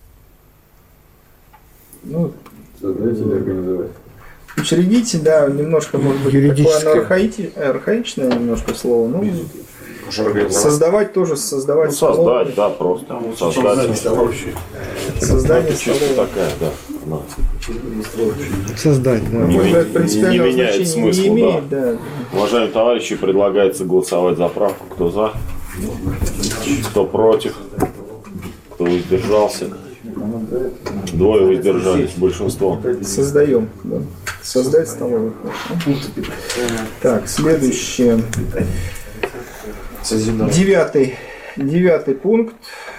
Ну, создать или организовать. Учредить, да, немножко может быть такое оно архаи... архаичное немножко слово. Ну, создавать тоже создавать. Ну, создать, да, просто. Создать. Создание чисто такая, да. Она. Создать, да. Не, Может, не, не меняет смысла, не имеет, да. да. Уважаемые товарищи, предлагается голосовать за правку. Кто за? Кто против? Кто воздержался? Двое воздержались, большинство. Создаем, да. Создать столовую. Так, следующее. Девятый, девятый пункт.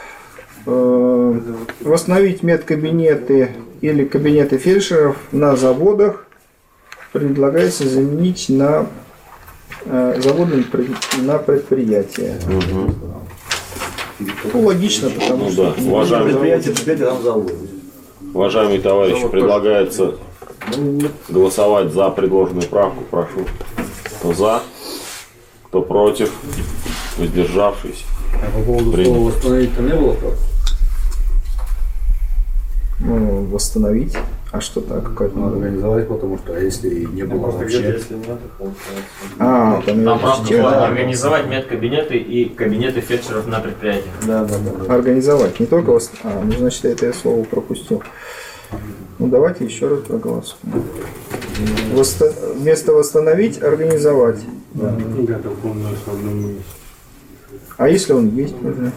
Восстановить медкабинеты или кабинеты фельдшеров на заводах предлагается заменить на заводы на предприятия. Угу. Ну, логично, потому ну, что да. Уважаемые, уважаемые товарищи, предлагается голосовать за предложенную правку. Прошу. Кто за? Кто против? Воздержавшись? А по поводу Принято. слова восстановить там не было вопроса? Ну, восстановить. А что так? Как Надо организовать, потому что а если не было вообще... А, там, там правда было организовать медкабинеты и кабинеты фельдшеров на предприятиях. Да, да, да. Организовать. Не только вос... А, ну значит я это слово пропустил. Ну давайте еще раз проголосуем. Восто... Вместо восстановить организовать. Да. А если он есть, нужно?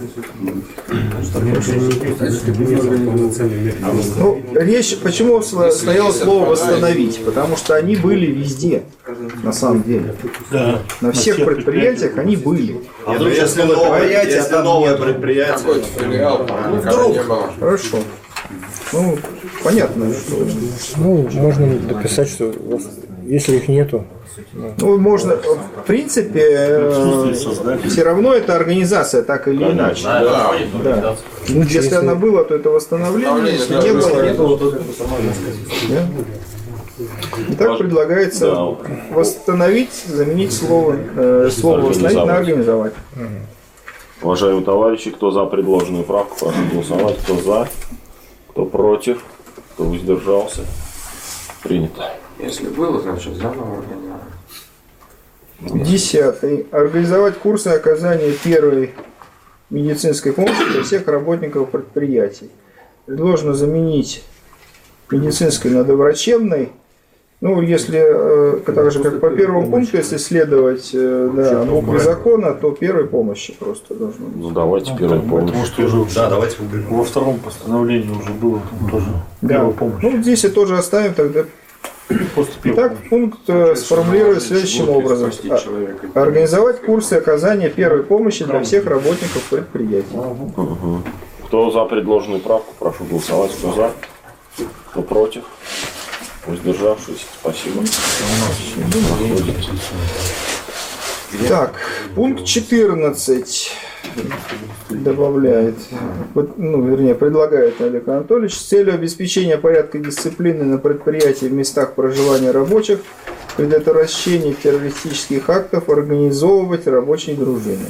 Ну, речь, почему стояло слово восстановить? Потому что они были везде, на самом деле. Да. На всех предприятиях они были. А вдруг, если новое, если новое предприятие. Ну, вдруг. Хорошо. Ну, понятно, что... Ну, можно дописать, что если их нету. Ну, можно, в принципе, э, все равно это организация, так или иначе. Да, да. да. Да. Ну, если, если она была, то это восстановление, если не было, нету, то это да? Итак, предлагается да. восстановить, заменить слово, э, слово восстановить на организовать. Уважаемые товарищи, кто за предложенную правку, прошу голосовать. Кто за, кто против, кто воздержался. Принято. Если было, значит заново организовать. Десятый. Организовать курсы оказания первой медицинской помощи для всех работников предприятий. Предложено заменить медицинской на доврачебной. Ну, если, так же, как по первому пункту, если следовать да, букве закона, то первой помощи просто должно быть. Ну, давайте первой помощи. Да, давайте во втором постановлении уже было тоже да. первая помощь. Ну, здесь и тоже оставим тогда. Итак, пункт сформулирует следующим образом. Организовать курсы оказания первой помощи для всех работников предприятий. Угу. Кто за предложенную правку, прошу голосовать. Кто за? Кто против? Воздержавшись? Спасибо. Так, пункт четырнадцать добавляет, ну, вернее, предлагает Олег Анатольевич с целью обеспечения порядка и дисциплины на предприятии в местах проживания рабочих, предотвращения террористических актов, организовывать рабочие дружины.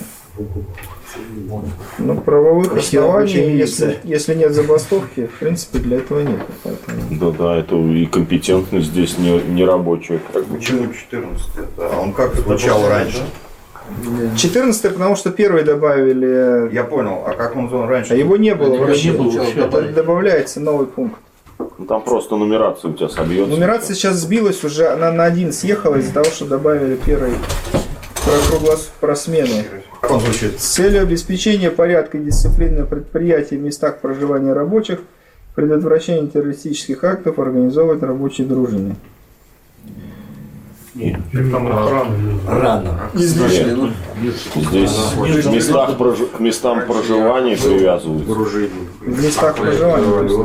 Ну, правовых оснований, если, если нет забастовки, в принципе, для этого нет. Да, да, это и компетентность здесь не, не рабочая. Так почему четырнадцать? А он как звучал раньше? четырнадцать, потому что первый добавили. Я понял, а как он звучал раньше? А его не было вообще. Не было вообще. Это добавляется новый пункт. Ну, там просто нумерация у тебя собьется. Нумерация сейчас сбилась уже, она на один съехала из-за того, что добавили первый круглос про смены. Как он звучит? С целью обеспечения порядка и дисциплины на предприятии в местах проживания рабочих, предотвращения террористических актов, организовывать рабочие дружины. Нет, там рано. Рано. Нет. Здесь в местах прожи... к местам проживания привязываются. В местах проживания.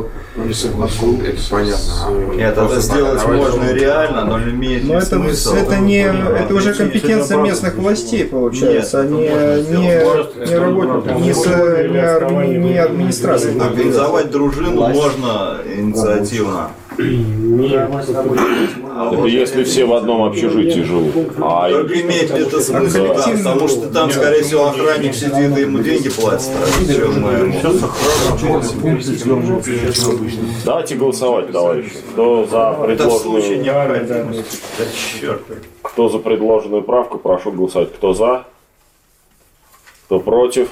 Нет, это сделать можно реально, но имеет Но это, это, не, это уже компетенция местных властей, получается, а не, не, не работников, не, с, не, арми, не администрации. Организовать дружину можно инициативно. Это если все в одном общежитии живут. А только имеет это смысл, да, потому что там, скорее всего, охранник сидит и ему деньги платят. Давайте голосовать, товарищи. Кто за предложенную... Кто за предложенную правку, прошу голосовать. Кто за? Кто против?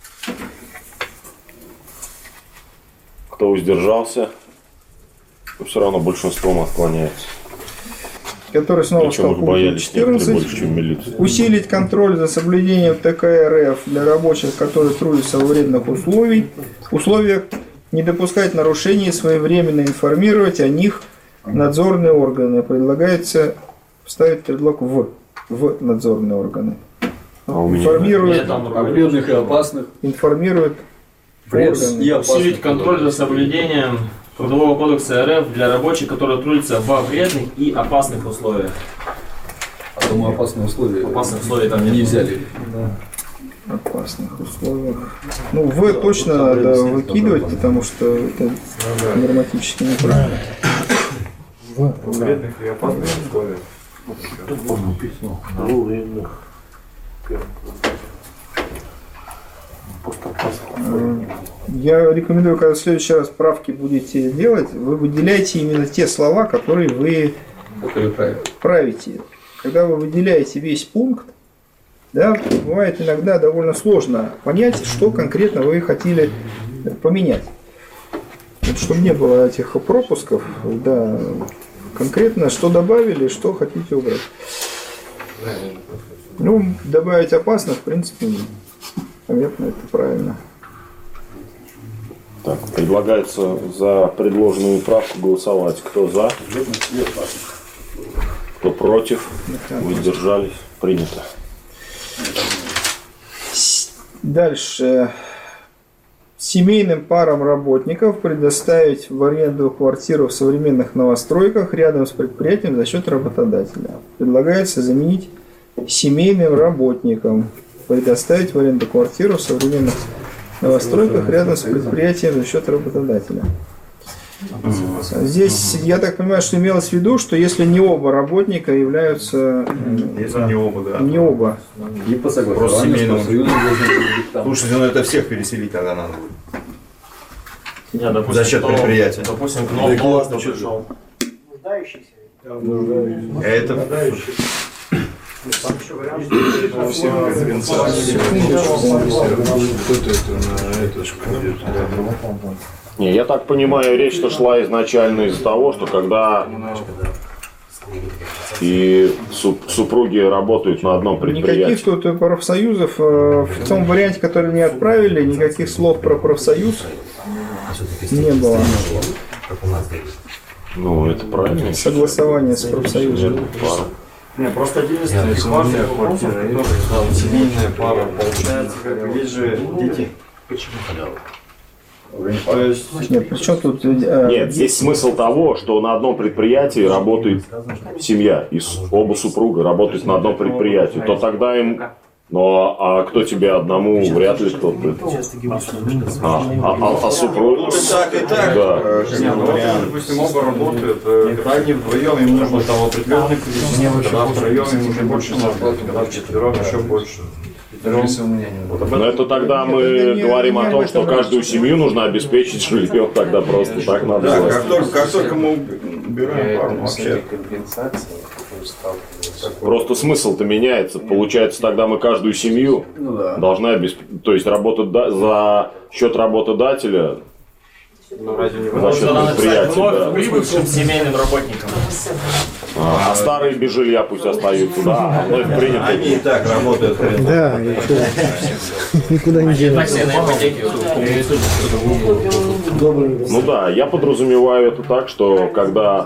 Кто воздержался? Все равно большинством отклоняется. Который снова Причем их боялись некоторые больше, чем милицию. Усилить контроль за соблюдением ТК РФ для рабочих, которые трудятся во вредных условиях, условиях, не допускать нарушений, своевременно информировать о них надзорные органы. Предлагается вставить предлог в, в надзорные органы. А у меня информирует о вредных и опасных. Информирует органы. Усилить контроль за соблюдением Трудового кодекса РФ для рабочих, которые трудятся во вредных и опасных условиях. А тому опасные условия. Опасных условий там не взяли. Да. Опасных условиях. Ну, В точно надо выкидывать, потому что это грамматически неправильно. В вредных и опасных условиях. Я рекомендую, когда в следующий раз правки будете делать, вы выделяете именно те слова, которые вы правите. Когда вы выделяете весь пункт, да, бывает иногда довольно сложно понять, что конкретно вы хотели поменять. Вот, чтобы не было этих пропусков, да, конкретно что добавили, что хотите убрать. Ну, добавить опасно, в принципе, понятно, это правильно. Так, предлагается за предложенную правку голосовать. Кто за? Кто против? Воздержались? Принято. Дальше. Семейным парам работников предоставить в аренду квартиру в современных новостройках рядом с предприятием за счет работодателя. Предлагается заменить семейным работникам предоставить в аренду квартиру в современных новостройках рядом с предприятием за счет работодателя. Здесь, я так понимаю, что имелось в виду, что если не оба работника являются... Если не оба, да. Не оба. И по согласованию с союзом. Слушайте, ну это всех переселить тогда надо будет. Я, допустим, за счет кто, предприятия. Допустим, к новому кто пришел. Нуждающийся. Это... Там еще вариант, Не, я так понимаю, речь-то шла изначально из-за того, что когда и супруги работают на одном предприятии. Никаких тут профсоюзов в том варианте, который мне отправили, никаких слов про профсоюз не было. Ну, это правильно. Согласование с профсоюзом. Не, просто единственная ситуация, квартира, семейная пара, получается, как бы, есть же дети. Почему? То есть... Нет, при чем тут... Нет, здесь смысл того, что на одном предприятии работает семья, и оба супруга работают на одном предприятии, то тогда им... Но а кто тебе одному, вряд ли кто-то. А, а, а, а супруг? Так и так. Да. Допустим, оба работают, когда они вдвоем, им нужно того определенное количество, когда втроем им уже больше нужно, когда вчетвером еще больше. Но это тогда мы говорим о том, что каждую семью нужно обеспечить жильем, тогда просто так надо да, делать. Как только, как только мы убираем пару, вообще. Просто смысл-то меняется. Получается, тогда мы каждую семью ну, да. должны обеспечить, то есть работать за счет работодателя. Ну, разве не за счет предприятия, да. Прибывшим семейным работникам. А, а старые без жилья пусть остаются, да. Но это принято. Они и так работают. Да, никуда не денутся. Ну да, я подразумеваю это так, что когда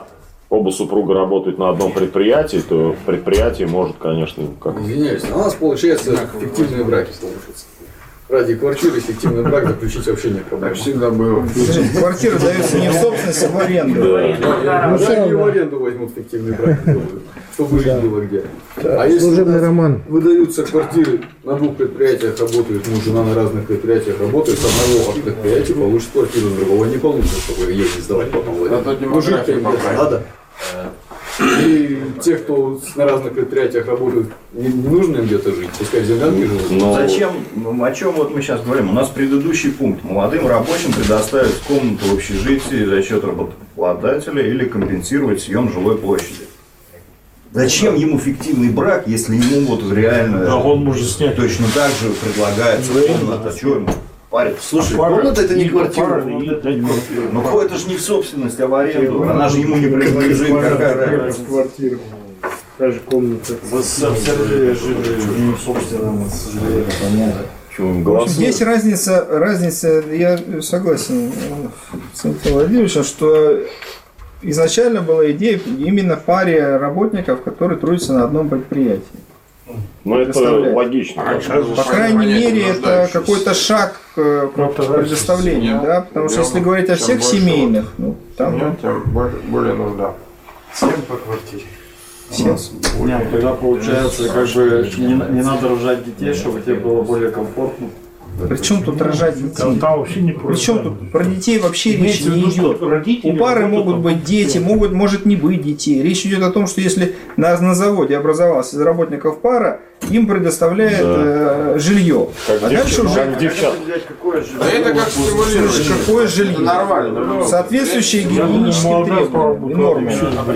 оба супруга работают на одном предприятии, то предприятие может, конечно, как... Извиняюсь, а у нас получается фиктивные браки слушаются. Ради квартиры фиктивный брак заключить вообще не проблема. Так всегда было. Квартира дается не в собственность, а в аренду. Да, и в аренду возьмут фиктивный брак, чтобы жить было где. А если выдаются квартиры на двух предприятиях, работают муж и жена на разных предприятиях, работают, с одного от предприятия получит квартиру, с другого не получит, чтобы ее не сдавать потом в аренду. Ну, жить-то им надо. И те, кто на разных предприятиях работают, не, не нужно им где-то жить, пускай землянки живут. Но... Зачем? О чем вот мы сейчас говорим? У нас предыдущий пункт. Молодым рабочим предоставить комнату в общежитии за счет работодателя или компенсировать съем жилой площади. Зачем ему фиктивный брак, если ему вот реально да, он может снять. Точно так же предлагается комната? Что ему? Парень, слушай, а комната это не квартира. Ну какое это же не в собственность, а в аренду. Она же ему не принадлежит. Какая разница? Квартира. Даже комната. Вы жили не в собственном, к сожалению. Здесь разница, разница, я согласен с Антоном Владимировичем, что изначально была идея именно паре работников, которые трудятся на одном предприятии. Ну, это логично. А, по крайней мере, это какой-то шаг к предоставлению, да? Потому что если говорить о всех семейных, ну, там... Нет, тем более нужда. Всем по квартире. Всем. Нет, тогда получается, как бы не, не надо рожать детей, чтобы тебе было более комфортно. Причем тут рожать детей? Там, там вообще не Причем тут про детей вообще речь не идет. У пары могут быть дети, могут, может не быть детей. Речь идет о том, что если на, на заводе образовалась из работников пара, им предоставляет да. э, жилье. Как а дальше уже... Как девчат. Да это как стимулирует. Какое жилье? Это нормально. Соответствующие гигиенические требования, нормы.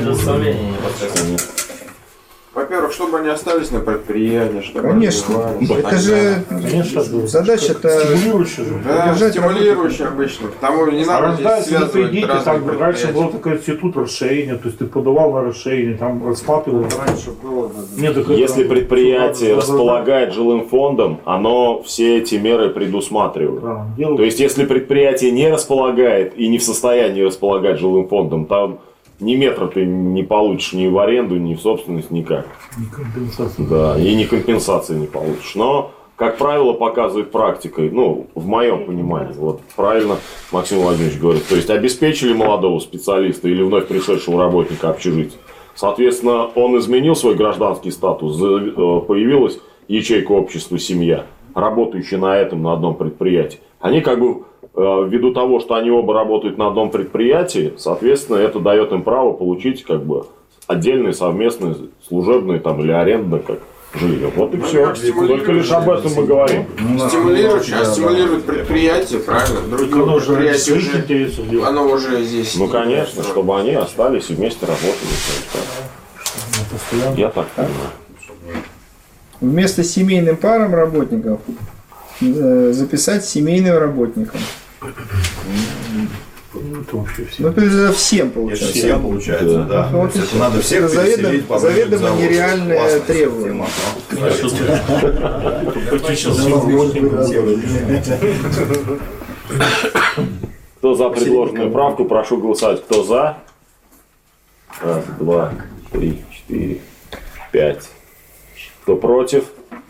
Во-первых, чтобы они остались на предприятии, чтобы конечно, они это же задача-то стимулирующая, да, стимулирующая обычно, потому не надо а здесь связывать дети, там раньше был такой институт расширения, то есть ты подавал на расширение, там рассматривал. Раньше было. Нет, если предприятие располагает жилым фондом, оно все эти меры предусматривает. Да, то есть если предприятие не располагает и не в состоянии располагать жилым фондом, там ни метра ты не получишь ни в аренду, ни в собственность, никак. Ни компенсации. Да, и ни компенсации не получишь. Но, как правило, показывает практикой, ну, в моем понимании, вот правильно Максим Владимирович говорит, то есть обеспечили молодого специалиста или вновь пришедшего работника общежития. Соответственно, он изменил свой гражданский статус, появилась ячейка общества «Семья», работающая на этом, на одном предприятии. Они как бы... Ввиду того, что они оба работают на одном предприятии, соответственно, это дает им право получить как бы отдельные совместные служебные там, или арендные как жилье. Вот и ну, все. Только лишь об этом мы говорим. Ну, стимулируешь, а стимулирует предприятие, правильно? Другие предприятия уже, оно уже здесь. Ну, конечно, чтобы они остались и вместе работали. Я так понимаю. Вместо семейным парам работников записать семейным работникам. Ну, то есть всем получается. Это всем получается, да. да. Вот это надо всех переселить по заведомо нереальное требование. Кто за предложенную правку, прошу голосовать. Кто за? Раз, два, три, четыре, пять. Кто против?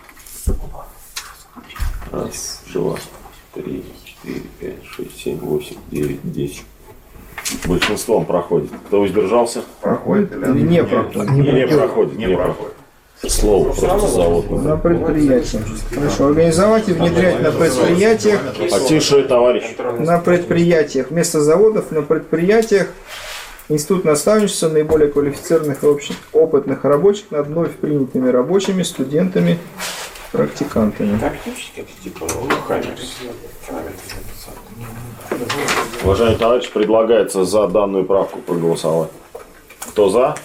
Раз, два, три, четыре, пять, шесть, семь, восемь, девять, десять. Большинством проходит. Кто воздержался? Проходит или не проходит? Не, не проходит. Не проходит. Слово просто завод. На предприятиях. Хорошо. Организовать и внедрять на предприятиях. Потише, товарищ. На предприятиях. Вместо заводов на предприятиях. Институт наставничества наиболее квалифицированных и общих, опытных рабочих над вновь принятыми рабочими, студентами, практикантами. Уважаемый товарищ, предлагается за данную правку проголосовать. Кто за?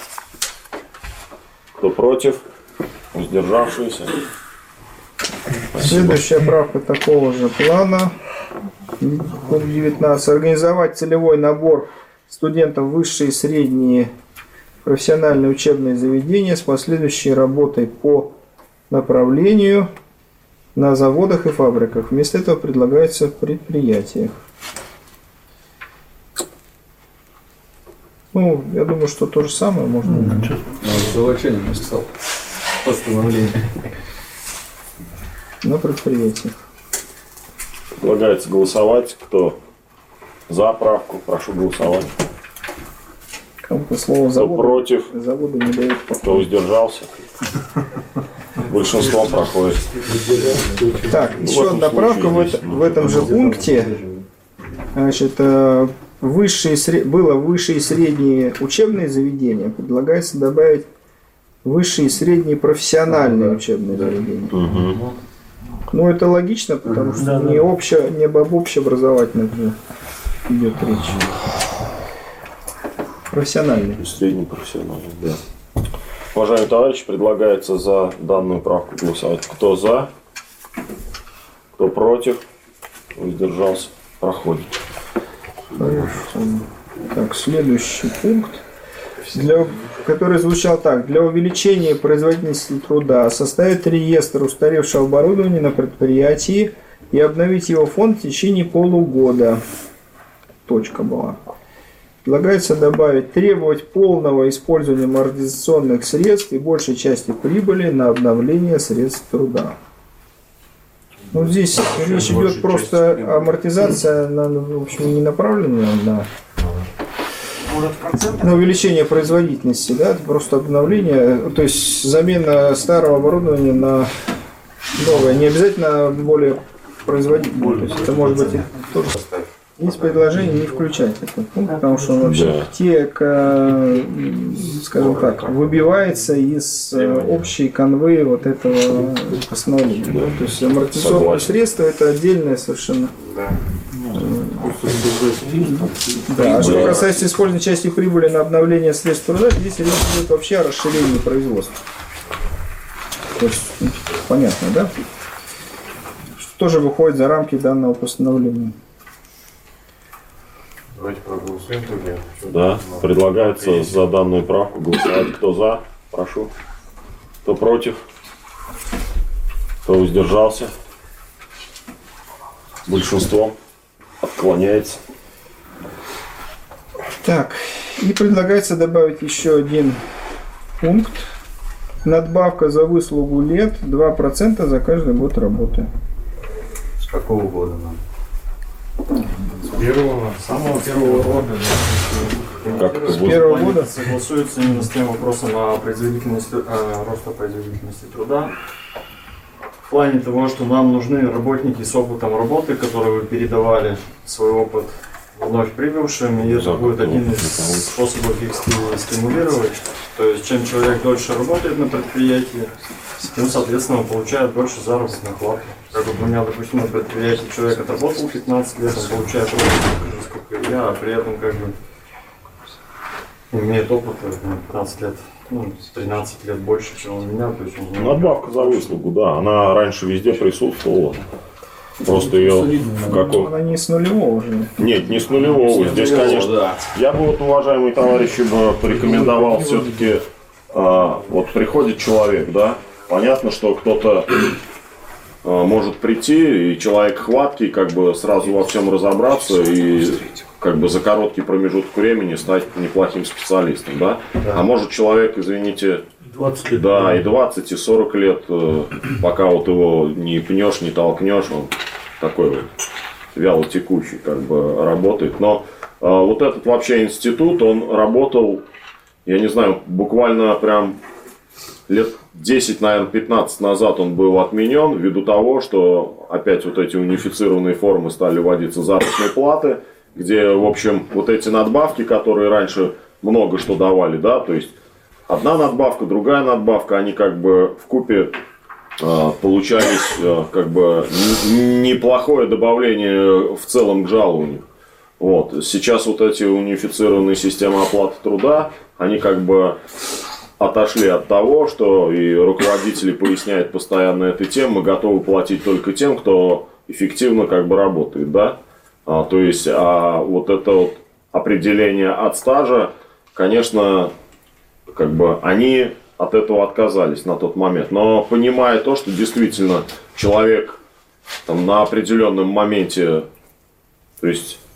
Кто против? Воздержавшиеся? Следующая правка такого же плана. Пункт девятнадцать. Организовать целевой набор студентов высшие и средние профессиональные учебные заведения с последующей работой по направлению на заводах и фабриках. Вместо этого предлагается в предприятиях. Ну, я думаю, что то же самое можно. Ну, соглашение написал. Постановление. На предприятиях. Предлагается голосовать. Кто за правку, прошу голосовать. Кому-то слово Кто заводу, против, заводу не дает. кто воздержался. Большинством проходит. Так, еще одна правка в, это, в этом же пункте. Значит, э, высшие, сре- было высшие и средние учебные заведения. Предлагается добавить высшие и средние профессиональные учебные заведения. Угу. Ну, это логично, потому что не, обще, не об общеобразовательных идет речь. Профессиональные. Средний профессиональный, да. Уважаемые товарищи, предлагается за данную правку голосовать. Кто за? Кто против? Воздержался? Проходит. Хорошо. Так, следующий пункт, для, который звучал так. Для увеличения производительности труда составить реестр устаревшего оборудования на предприятии и обновить его фонд в течение полугода. Точка была. Предлагается добавить требовать полного использования амортизационных средств и большей части прибыли на обновление средств труда. Ну, здесь речь идет просто амортизация, она, в общем, не направлена на, на увеличение производительности, да, это просто обновление, то есть замена старого оборудования на новое, не обязательно более производительное, то есть это может быть тоже. Есть предложение не включать этот пункт, потому что он вообще да. тек, скажем так, выбивается из общей канвы вот этого постановления. Да. То есть амортизационные средства это отдельное совершенно. Да. Да. А что касается использования части прибыли на обновление средств труда, здесь речь идет вообще о расширении производства. То есть, понятно, да? Что тоже выходит за рамки данного постановления. Давайте проголосуем тогда. Да, предлагается за данную правку голосовать. Кто за? Прошу. Кто против? Кто воздержался? Большинством отклоняется. Так, и предлагается добавить еще один пункт. Надбавка за выслугу лет два процента за каждый год работы. С какого года нам? С первого, самого первого года. Как с первого года согласуется именно с тем вопросом о производительности, о роста производительности труда. В плане того, что нам нужны работники с опытом работы, которые вы передавали свой опыт вновь прибывшим, и это будет один из способов их стимулировать. То есть, чем человек дольше работает на предприятии, тем, соответственно, он получает больше заработных плат. Как бы у меня, допустим, на предприятии человек отработал пятнадцать лет, он получает ровно сколько я, а при этом как бы имеет опыт пятнадцать лет, ну, тринадцать лет больше, чем у меня. То есть он... Надбавка за выслугу, да, она раньше везде присутствовала. Просто ее в каком... Она не с нулевого уже. Нет, не с нулевого. Здесь, конечно, да. Я бы, вот, уважаемые товарищи, бы порекомендовал все-таки, а, вот приходит человек, да, понятно, что кто-то а, может прийти, и человек хваткий, как бы сразу во всем разобраться и как бы за короткий промежуток времени стать неплохим специалистом, да. Да. А может человек, извините, двадцать лет, да, и двадцать, и сорок лет, пока вот его не пнешь, не толкнешь, он такой вот вяло текущий, как бы работает. Но а, вот этот вообще институт, он работал, я не знаю, буквально прям лет десять, наверное, пятнадцать назад он был отменен ввиду того, что опять вот эти унифицированные формы стали вводиться заработные платы, где, в общем, вот эти надбавки, которые раньше много что давали, да, то есть одна надбавка, другая надбавка, они как бы вкупе э, получались э, как бы неплохое добавление в целом к жалованию. Вот. Сейчас вот эти унифицированные системы оплаты труда, они как бы отошли от того, что и руководители поясняют постоянно эту тему, мы готовы платить только тем, кто эффективно как бы работает, да. А, то есть, а вот это вот определение от стажа, конечно, как бы они от этого отказались на тот момент. Но понимая то, что действительно человек там, на определенном моменте, то есть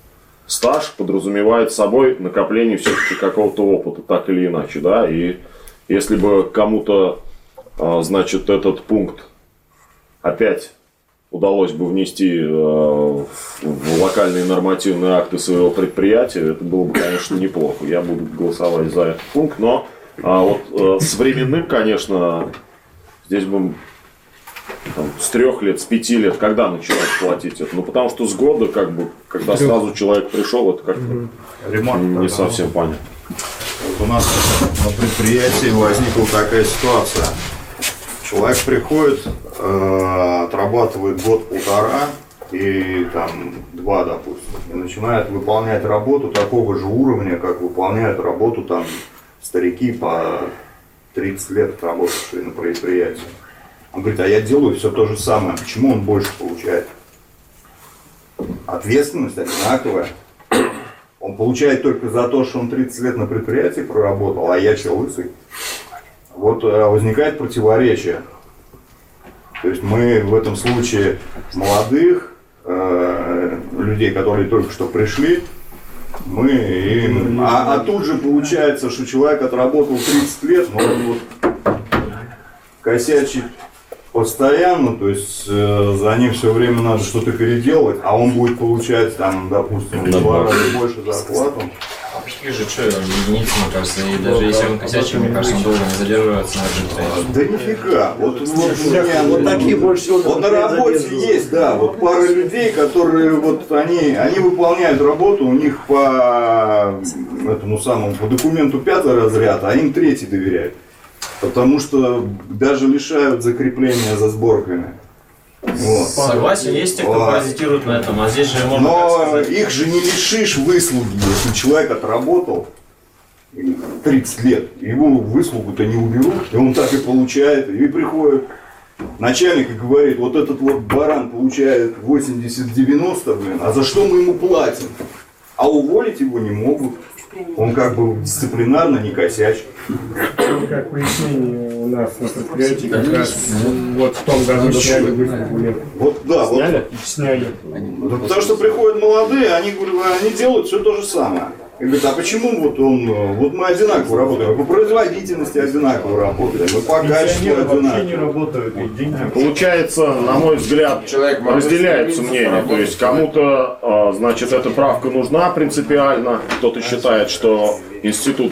стаж подразумевает собой накопление все-таки какого-то опыта, так или иначе, да, и если бы кому-то, значит, этот пункт опять удалось бы внести в локальные нормативные акты своего предприятия, это было бы, конечно, неплохо. Я буду голосовать за этот пункт, но вот с временным, конечно, здесь бы там, с трех лет, с пяти лет, когда начинать платить это? Ну, потому что с года, как бы, когда сразу человек пришел, это как-то Ремонт, не да, совсем да. понятно. Вот у нас на предприятии возникла такая ситуация. Человек приходит, э, отрабатывает год-полтора и там два, допустим, и начинает выполнять работу такого же уровня, как выполняют работу там старики по тридцать лет отработавшие на предприятии. Он говорит, а я делаю все то же самое, почему он больше получает? Ответственность одинаковая. Он получает только за то, что он тридцать лет на предприятии проработал, а я что, лысый? Вот возникает противоречие. То есть мы в этом случае молодых э, людей, которые только что пришли, мы им... А, а тут же получается, что человек отработал тридцать лет, но он вот косячит постоянно, то есть э, за ним все время надо что-то переделывать, а он будет получать там, допустим, в два раза больше зарплату. Таких же что, единицы, мне кажется, и даже если он косячий, мне кажется, он долго не задерживается на предприятии. Да нифига, вот, вот, меня, вот такие больше всего. Вот на работе есть, да, вот пара людей, которые вот они, они выполняют работу, у них по этому самому, по документу пятый разряд, а им третий доверяют. Потому что даже лишают закрепления за сборками. Вот. Согласен, есть те, кто вот. паразитирует на этом, а здесь же можно. Но их же не лишишь выслуги, если человек отработал тридцать лет, его выслугу-то не уберут, и он так и получает, и приходит начальник и говорит, вот этот вот баран получает восемьдесят-девяносто, блин, а за что мы ему платим? А уволить его не могут. Он как бы дисциплинарно не косячит. Как пояснение у нас на предприятии, как раз вот в том году сняли выслугу лет. Вот да, сняли? Вот. Сняли. Да, потому что приходят молодые, они говорят, они делают все то же самое. И говорят, а почему вот он, вот мы одинаково работаем, по производительности одинаково работаем, мы по качеству одинаково. Получается, на мой взгляд, разделяются мнения. То есть кому-то, значит, эта правка нужна принципиально, кто-то считает, что институт,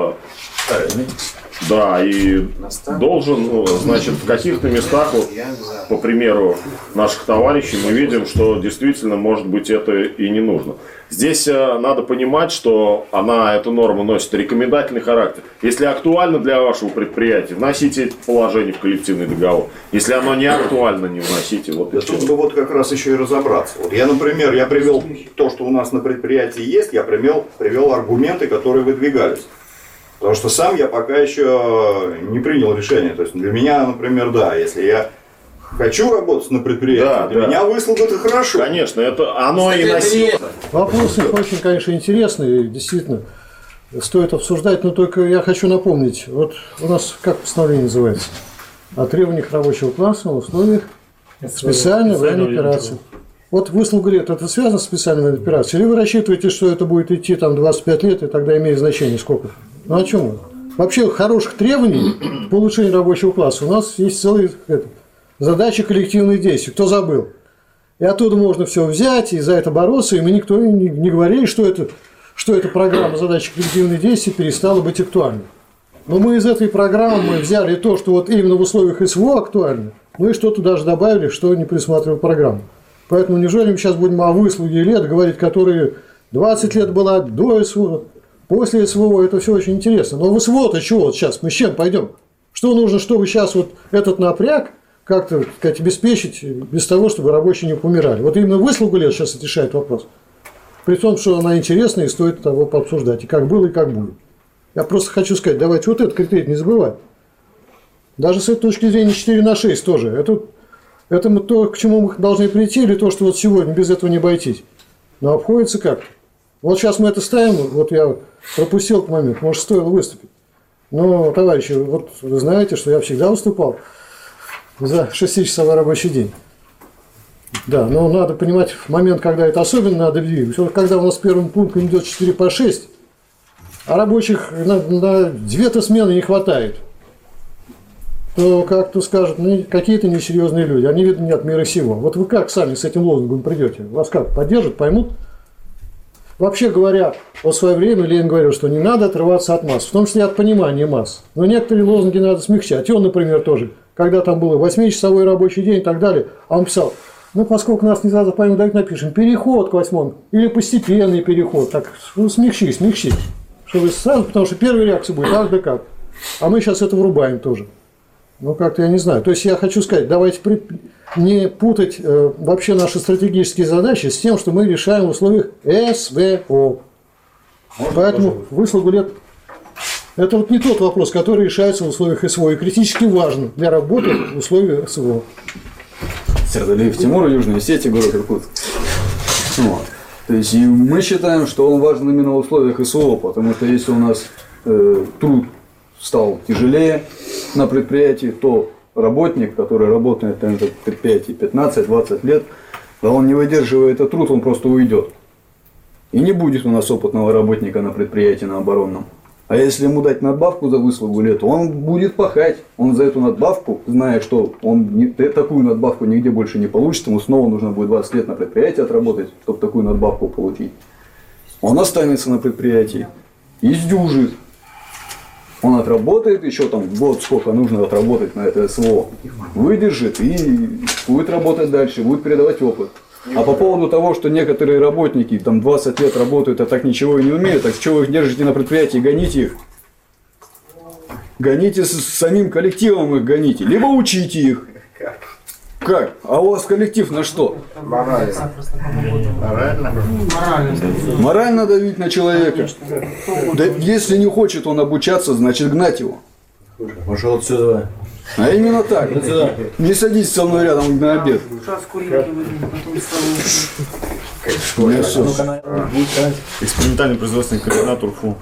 да, и должен, значит, в каких-то местах, вот, по примеру наших товарищей, мы видим, что действительно, может быть, это и не нужно. Здесь э, надо понимать, что она, эта норма носит рекомендательный характер. Если актуально для вашего предприятия, вносите это положение в коллективный договор. Если оно не актуально, не вносите. Вот да тут бы вот как раз еще и разобраться. Вот я, например, я привел то, что у нас на предприятии есть, я привел, привел аргументы, которые выдвигались. Потому что сам я пока еще не принял решение. То есть для меня, например, да, если я хочу работать на предприятии, да, для да. меня выслуга это хорошо. Конечно, это оно и носит. Вопрос очень, конечно, интересный, действительно, стоит обсуждать, но только я хочу напомнить, вот у нас как постановление называется? О требованиях рабочего класса в условиях специальной военной операции. Вот выслуга лет, это связано с специальной военной операцией? Или вы рассчитываете, что это будет идти там двадцать пять лет, и тогда имеет значение сколько? Ну о чем? Вообще хороших требований по улучшению рабочего класса у нас есть целый это, задача коллективных действий. Кто забыл? И оттуда можно все взять и за это бороться, и мы никто не, не говорили, что это, что эта программа задачи коллективных действий перестала быть актуальной. Но мы из этой программы мы взяли то, что вот именно в условиях СВО актуально, ну и что-то даже добавили, что не предусматривала программа. Поэтому неужели мы сейчас будем о выслуге лет говорить, которые двадцать лет была до СВО, после СВО, это все очень интересно. Но в СВО-то чего вот сейчас, мы с чем пойдем? Что нужно, чтобы сейчас вот этот напряг как-то, так сказать, обеспечить без того, чтобы рабочие не помирали? Вот именно выслугу лет сейчас решает вопрос. При том, что она интересна и стоит того пообсуждать. И как было, и как будет. Я просто хочу сказать, давайте вот этот критерий не забывать. Даже с этой точки зрения четыре на шесть тоже. Это, это мы то, к чему мы должны прийти, или то, что вот сегодня без этого не обойтись. Но обходится как-то. Вот сейчас мы это ставим, вот я пропустил этот момент, может, стоило выступить. Но, товарищи, вот вы знаете, что я всегда выступал за шестичасовой рабочий день. Да, но надо понимать момент, когда это особенно надо двигать. Вот когда у нас первым пунктом идет четыре по шесть, а рабочих на, на две-то смены не хватает, то как-то скажут, ну, какие-то несерьезные люди, они, видно, не от мира сего. Вот вы как сами с этим лозунгом придете? Вас как, поддержат, поймут? Вообще говоря, в свое время Ленин говорил, что не надо отрываться от масс, в том числе от понимания масс. Но некоторые лозунги надо смягчать. И он, например, тоже, когда там был восьмичасовой рабочий день и так далее, а он писал, ну, поскольку нас не сразу поймут, давайте напишем переход к восьмому или постепенный переход. Так, ну, смягчи, смягчи. Чтобы сразу, потому что первая реакция будет, ах да как. А мы сейчас это врубаем тоже. Ну, как-то я не знаю. То есть я хочу сказать, давайте при... не путать э, вообще наши стратегические задачи с тем, что мы решаем в условиях СВО. Можно Поэтому тоже выслугу лет... Это вот не тот вопрос, который решается в условиях СВО. И критически важно для работы в условиях СВО. Сердалиев Тимур, Южная Осетия, город Иркутск. Вот. То есть и мы считаем, что он важен именно в условиях СВО, потому что если у нас э, труд стал тяжелее на предприятии, то работник, который работает на этом предприятии пятнадцать-двадцать лет, да он не выдерживает этот труд, он просто уйдет. И не будет у нас опытного работника на предприятии на оборонном. А если ему дать надбавку за выслугу лет, он будет пахать. Он за эту надбавку, зная, что он не, такую надбавку нигде больше не получит, ему снова нужно будет двадцать лет на предприятии отработать, чтобы такую надбавку получить. Он останется на предприятии и сдюжит. Он отработает еще там год, сколько нужно отработать на это СВО, выдержит и будет работать дальше, будет передавать опыт. А по поводу того, что некоторые работники там двадцать лет работают, а так ничего и не умеют, так что вы их держите на предприятии, гоните их. Гоните с самим коллективом их гоните, либо учите их. Как? А у вас коллектив на что? Морально. Морально. Морально давить на человека. Да, если не хочет он обучаться, значит гнать его. Пошел отсюда. А именно так. Не садись со мной рядом на обед. Экспериментальный производственный координатор УФУ.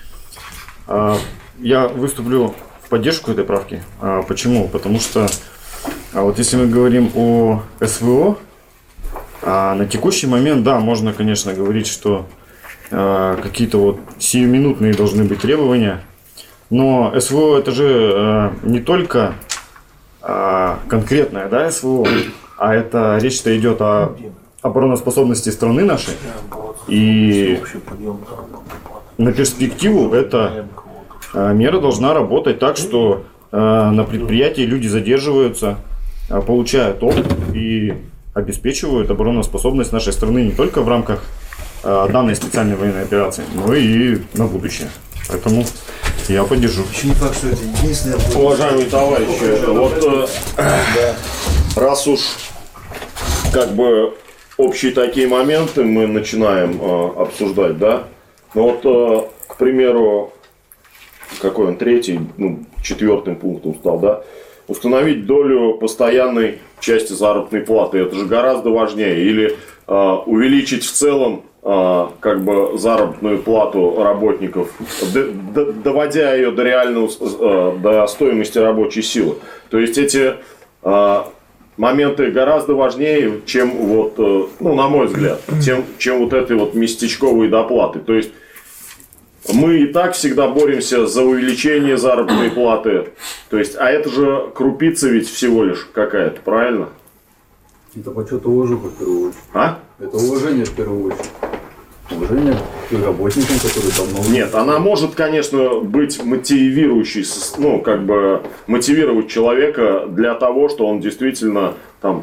Я выступлю в поддержку этой правки. Почему? Потому что а вот если мы говорим о СВО, а на текущий момент, да, можно, конечно, говорить, что а, какие-то вот сиюминутные должны быть требования, но СВО это же а, не только а, конкретное, да, СВО, а это речь-то идет о обороноспособности страны нашей, и на перспективу эта а, мера должна работать так, что а, на предприятии люди задерживаются, получают опыт и обеспечивают обороноспособность нашей страны не только в рамках э, данной специальной военной операции, но и на будущее. Поэтому я поддержу. Еще не факт, что это единственное. Уважаемые товарищи, вот э, раз уж как бы общие такие моменты мы начинаем э, обсуждать, да, ну вот, э, к примеру, какой он третий, ну, четвертым пунктом стал, да, установить долю постоянной части заработной платы. Это же гораздо важнее. Или э, увеличить в целом э, как бы заработную плату работников, д- д- доводя ее до реального, э, до стоимости рабочей силы. То есть эти э, моменты гораздо важнее, чем вот, э, ну, на мой взгляд, чем, чем вот этой вот местечковые доплаты. То есть мы и так всегда боремся за увеличение заработной платы. То есть, а это же крупица ведь всего лишь какая-то, правильно? Это почет уважуха в первую очередь. А? Это уважение в первую очередь. Уважение к работникам, которые давно... Нет, она может, конечно, быть мотивирующей, ну, как бы мотивировать человека для того, что он действительно там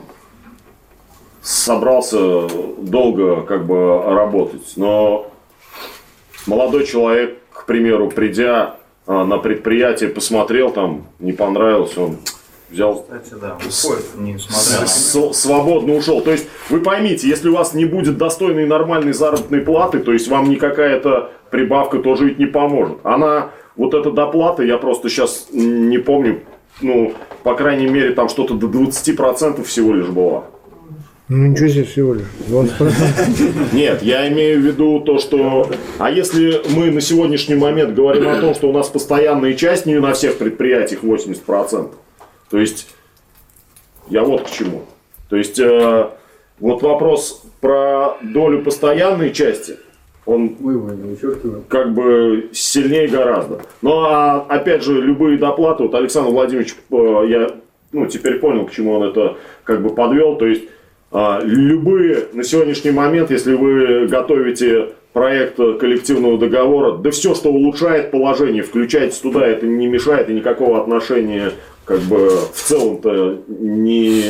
собрался долго как бы работать. Но молодой человек, к примеру, придя а, на предприятие, посмотрел, там, не понравилось, он взял, кстати, да, уходит, не с, с, свободно ушел. То есть, вы поймите, если у вас не будет достойной нормальной заработной платы, то есть, вам никакая-то прибавка тоже ведь не поможет. Она, вот эта доплата, я просто сейчас не помню, ну, по крайней мере, там что-то до двадцати процентов всего лишь была. Ну ничего себе, всего лишь двадцать процентов. Нет, я имею в виду то, что... А если мы на сегодняшний момент говорим о том, что у нас постоянные части не на всех предприятиях восемьдесят процентов, то есть я вот к чему. То есть э, Вот вопрос про долю постоянной части, он как бы сильнее гораздо. Ну а опять же, любые доплаты, вот Александр Владимирович, я ну, теперь понял, к чему он это как бы подвел. То есть любые на сегодняшний момент, если вы готовите проект коллективного договора, да все, что улучшает положение, включайте туда, это не мешает и никакого отношения как бы в целом-то не...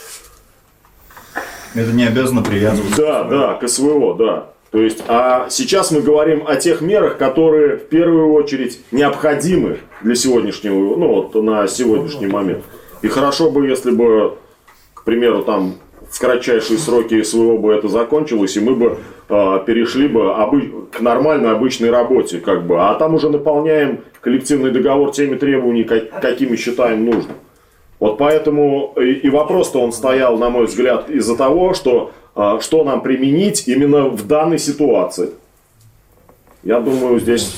Это не обязано привязываться. Да, да, к СВО, да. То есть, а сейчас мы говорим о тех мерах, которые в первую очередь необходимы для сегодняшнего, ну вот на сегодняшний момент. И хорошо бы, если бы, к примеру, там в кратчайшие сроки СВО бы это закончилось, и мы бы э, перешли бы обы- к нормальной обычной работе, как бы. А там уже наполняем коллективный договор теми требованиями, как- какими считаем нужным. Вот поэтому и, и вопрос-то он стоял, на мой взгляд, из-за того, что э, что нам применить именно в данной ситуации. Я думаю, здесь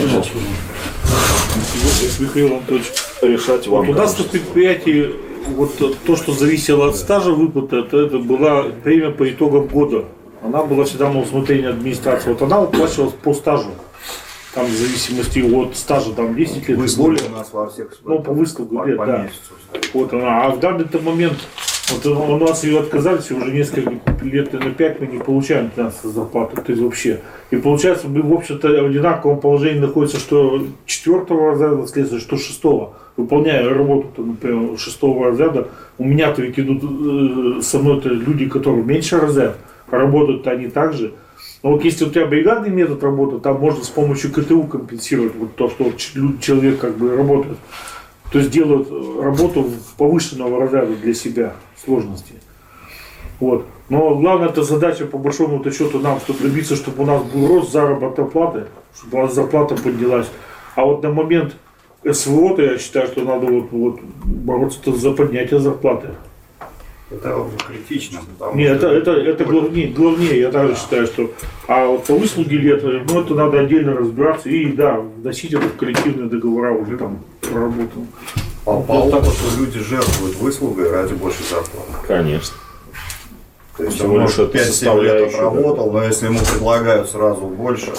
Михаил Анатольевич, решать вам. Вот у нас на предприятии вот то, что зависело от стажа выплаты, это, это была премия по итогам года. Она была всегда на усмотрение администрации. Вот она выплачивалась по стажу. Там в зависимости от стажа, там десять лет. Выслуга у нас во всех. Ну, по выслугу по, лет, по да. месяцу. Вот она. А в данный момент, вот у нас ее отказались, и уже несколько лет на пять мы не получаем тринадцатую зарплату. То есть вообще. И получается, мы в общем-то в одинаковом положении находится, что четвертого разряда следствия, что шестого. Выполняя работу, например, шестого разряда, у меня-то ведь идут э, со мной-то люди, которые меньше разряд, а работают-то они так же. Но вот если у тебя бригадный метод работы, там можно с помощью КТУ компенсировать вот то, что человек как бы работает. То есть делают работу повышенного разряда для себя, сложности. Вот. Но главная эта задача, по большому счету, нам, чтобы добиться, чтобы у нас был рост заработной платы, чтобы у нас зарплата поднялась. А вот на момент СВО-то я считаю, что надо вот, вот бороться за поднятие зарплаты. Это уже критично. Нет, это, это, это главнее, главнее, я также считаю, что а вот по выслуге лет, ну это надо отдельно разбираться и да, вносить это в коллективные договора уже там проработано. По поводу, что люди жертвуют выслугой ради большей зарплаты. Конечно. То есть он может пять-семь лет отработал, но если ему предлагают сразу больше,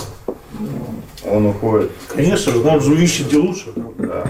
он уходит. Конечно, он же ищет где лучше. Да.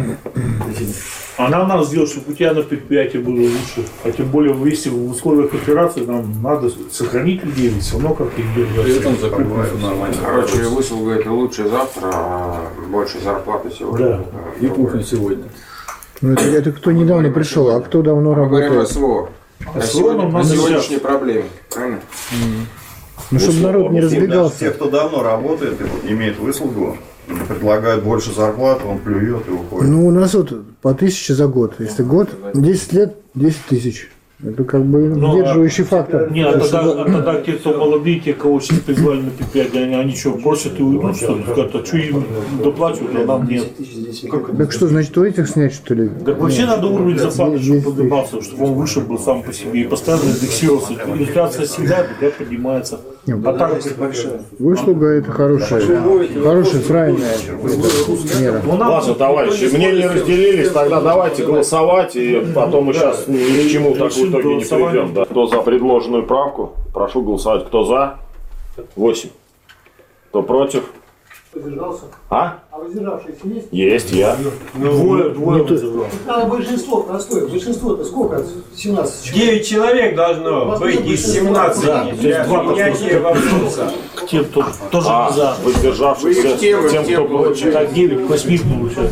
А нам надо сделать, чтобы у тебя на предприятии было лучше. А тем более, если в условиях операции нам надо сохранить людей, все равно как их держать. нормально. Короче, выслуга это лучше завтра, а больше зарплаты сегодня. Да. И кухня сегодня. Ну это, это кто недавно пришел, а кто давно работает? Говорим о СВО. А сегодня у нас сегодняшние проблемы. Правильно? Ну, чтобы народ не разбегался. Те, кто давно работает и имеет выслугу, предлагают больше зарплаты, он плюет и уходит. Ну, у нас вот по тысяче за год. Если год, десять лет, десять тысяч. Это как бы ну, сдерживающий а, фактор. Нет, а тогда, а тогда те, кто молодые, те, кого сейчас призвали на предприятие, они, они что, бросят и уйдут, что ли? Скажут, а что им доплачивают, а нам нет. Так что, значит, у этих снять, что ли? Так вообще надо уровень зарплаты, чтобы поднимался, чтобы он выше был сам по себе и постоянно индексировался. Инфляция всегда да, поднимается. А так большая. Выслуга это хорошая, хорошая, правильная мера. Ладно, товарищи, мнения разделились, тогда давайте голосовать, и потом мы сейчас ни к чему так в итоге не придем. Да. Кто за предложенную правку, прошу голосовать. Кто за? восемь. Кто против? Воздержался? А? А воздержавшиеся есть? Есть, я. Двое, двое воздержался. Надо большинство простое. Большинство-то сколько? семнадцать человек. девять человек должно быть из семнадцати. Да, то есть два вопроса. К тем, кто тоже а, не за. Воздержавшихся, тем, тем, кто против. Так девять к восьми получается.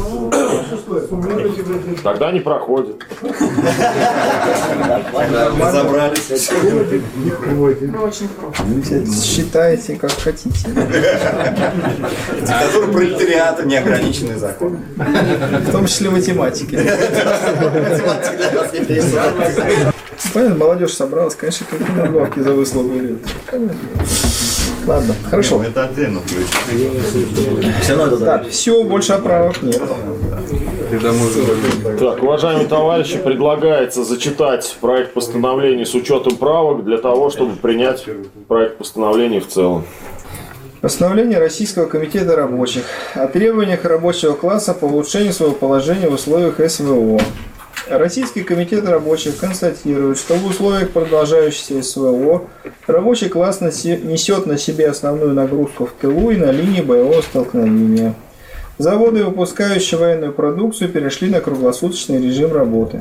Тогда не проходит. Разобрались. Считайте, как хотите. Диктатура пролетариата, неограниченный закон. В том числе математики. Понятно, молодежь собралась, конечно, какие надбавки за выслугу лет. Ладно, хорошо. Это отдельно включить. Все надо, да. Все, больше оправок нет. Так, уважаемые товарищи, предлагается зачитать проект постановления с учетом правок для того, чтобы принять проект постановления в целом. Постановление Российского комитета рабочих о требованиях рабочего класса по улучшению своего положения в условиях СВО. Российский комитет рабочих констатирует, что в условиях продолжающейся СВО рабочий класс несет на себе основную нагрузку в тылу и на линии боевого столкновения. Заводы, выпускающие военную продукцию, перешли на круглосуточный режим работы.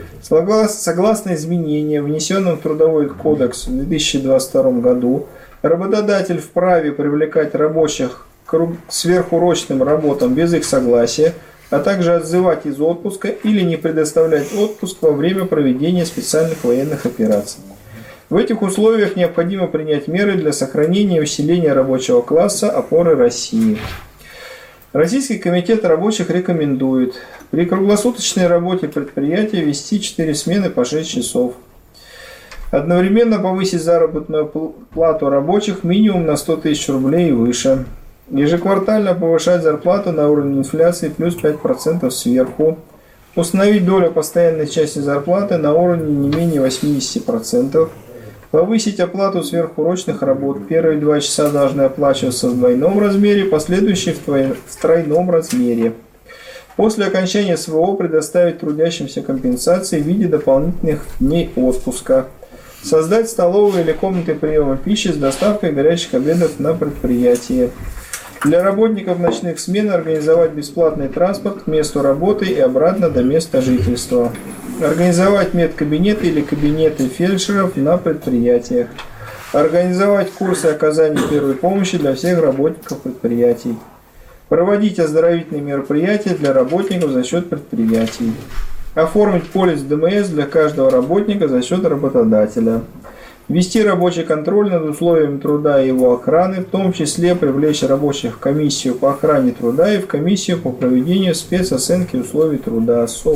Согласно изменениям, внесенным в Трудовой кодекс в две тысячи двадцать втором году, работодатель вправе привлекать рабочих к сверхурочным работам без их согласия, а также отзывать из отпуска или не предоставлять отпуск во время проведения специальных военных операций. В этих условиях необходимо принять меры для сохранения и усиления рабочего класса опоры России. Российский комитет рабочих рекомендует при круглосуточной работе предприятия вести четыре смены по шесть часов. Одновременно повысить заработную плату рабочих минимум на сто тысяч рублей и выше. Ежеквартально повышать зарплату на уровень инфляции плюс пять процентов сверху. Установить долю постоянной части зарплаты на уровне не менее восемьдесят процентов. Повысить оплату сверхурочных работ. Первые два часа должны оплачиваться в двойном размере, последующие в тройном размере. После окончания СВО предоставить трудящимся компенсации в виде дополнительных дней отпуска. Создать столовые или комнаты приема пищи с доставкой горячих обедов на предприятие. Для работников ночных смен организовать бесплатный транспорт к месту работы и обратно до места жительства. Организовать медкабинеты или кабинеты фельдшеров на предприятиях. Организовать курсы оказания первой помощи для всех работников предприятий. Проводить оздоровительные мероприятия для работников за счет предприятий. Оформить полис ДМС для каждого работника за счет работодателя. Вести рабочий контроль над условиями труда и его охраны, в том числе привлечь рабочих в комиссию по охране труда и в комиссию по проведению спецоценки условий труда СОУ.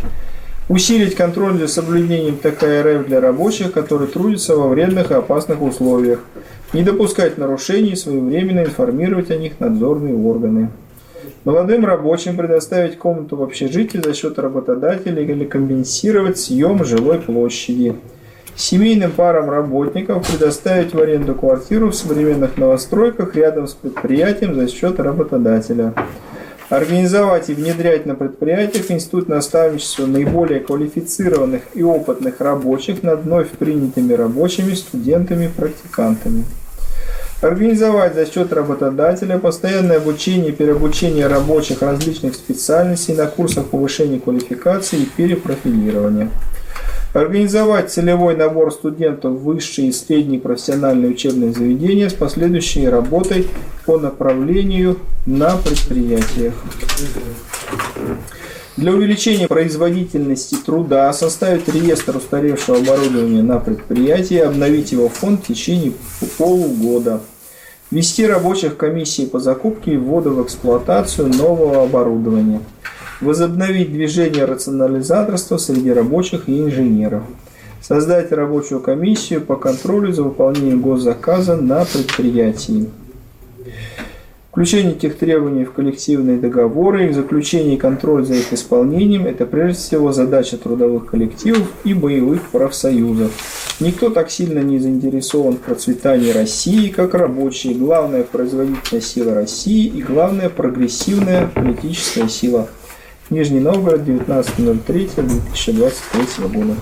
Усилить контроль за соблюдением ТК РФ для рабочих, которые трудятся во вредных и опасных условиях. Не допускать нарушений и своевременно информировать о них надзорные органы. Молодым рабочим предоставить комнату в общежитии за счет работодателя или компенсировать съем жилой площади. Семейным парам работников предоставить в аренду квартиру в современных новостройках рядом с предприятием за счет работодателя. Организовать и внедрять на предприятиях институт наставничества наиболее квалифицированных и опытных рабочих над вновь принятыми рабочими, студентами, практикантами. Организовать за счет работодателя постоянное обучение и переобучение рабочих различных специальностей на курсах повышения квалификации и перепрофилирования. Организовать целевой набор студентов в высшие и средние профессиональные учебные заведения с последующей работой по направлению на предприятиях. Для увеличения производительности труда составить реестр устаревшего оборудования на предприятии и обновить его фонд в течение полугода. Ввести рабочих комиссий по закупке и вводу в эксплуатацию нового оборудования. Возобновить движение рационализаторства среди рабочих и инженеров. Создать рабочую комиссию по контролю за выполнением госзаказа на предприятии. Включение этих требований в коллективные договоры, их заключение и контроль за их исполнением – это прежде всего задача трудовых коллективов и боевых профсоюзов. Никто так сильно не заинтересован в процветании России, как рабочие. Главная производительная сила России и главная прогрессивная политическая сила. Нижний Новгород, девятнадцатое ноль третье две тысячи двадцать третьего года.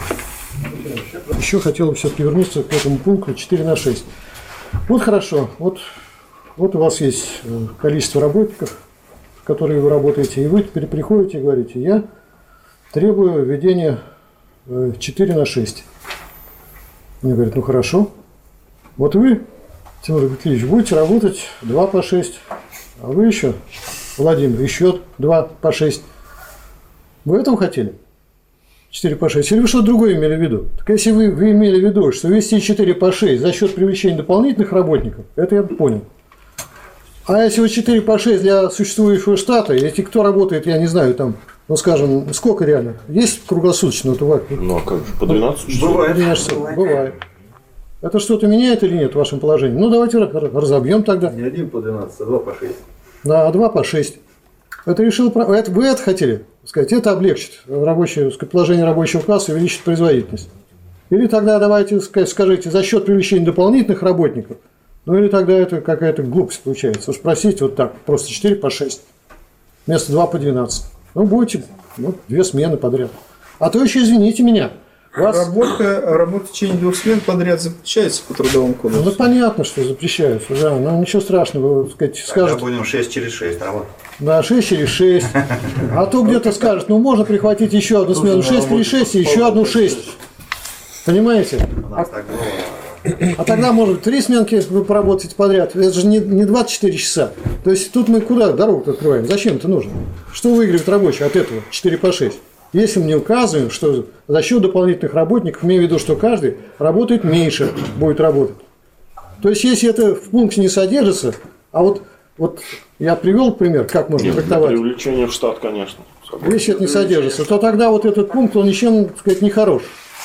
Еще хотел бы все-таки вернуться к этому пункту четыре на шесть. Вот хорошо, вот, вот у вас есть количество работников, которые вы работаете, и вы теперь приходите и говорите: я требую введения четыре на шесть. Мне говорят: ну хорошо, вот вы, Тимур Дмитриевич, будете работать два по шесть, а вы еще, Владимир, еще два по шесть. Вы этого хотели? четыре по шесть. Или вы что-то другое имели в виду? Так если вы, вы имели в виду, что ввести четыре по шесть за счет привлечения дополнительных работников, это я понял. А если вы четыре по шесть для существующего штата, если кто работает, я не знаю, там, ну скажем, сколько реально? Есть круглосуточно? Вот у вас? Ну а как же, по двенадцать часов? Бывает. Бывает. Бывает. Это что-то меняет или нет в вашем положении? Ну давайте разобьем тогда. Не один по двенадцать, а два по шесть. Да, а два по шесть. Это решил, это, вы это хотели сказать, это облегчит рабочее, положение рабочего класса и увеличит производительность. Или тогда давайте скажите, за счет привлечения дополнительных работников, ну или тогда это какая-то глупость получается. Уж просите вот так, просто четыре по шесть, вместо два по двенадцать. Ну будете, ну, две смены подряд. А то еще, извините меня, вас... Работа, работа в течение двух смен подряд запрещается по трудовому кодексу. Ну, понятно, что запрещается, да, но ничего страшного, так сказать, скажут... Тогда будем шесть через шесть работать. Да, шесть через шесть. А то где-то скажут, ну, можно прихватить еще одну смену шесть через шесть и еще одну шесть. Понимаете? А, а тогда, может, три сменки вы поработаете подряд. Это же не, не двадцать четыре часа. То есть тут мы куда дорогу открываем? Зачем это нужно? Что выигрывает рабочий от этого четыре по шесть? Если мы не указываем, что за счет дополнительных работников, имею в виду, что каждый работает меньше, будет работать. То есть, если это в пункте не содержится, а вот, вот я привел пример, как можно Нет, трактовать. Привлечение в штат, конечно. Если это не содержится, то тогда вот этот пункт, он ничем, так сказать, не хорош.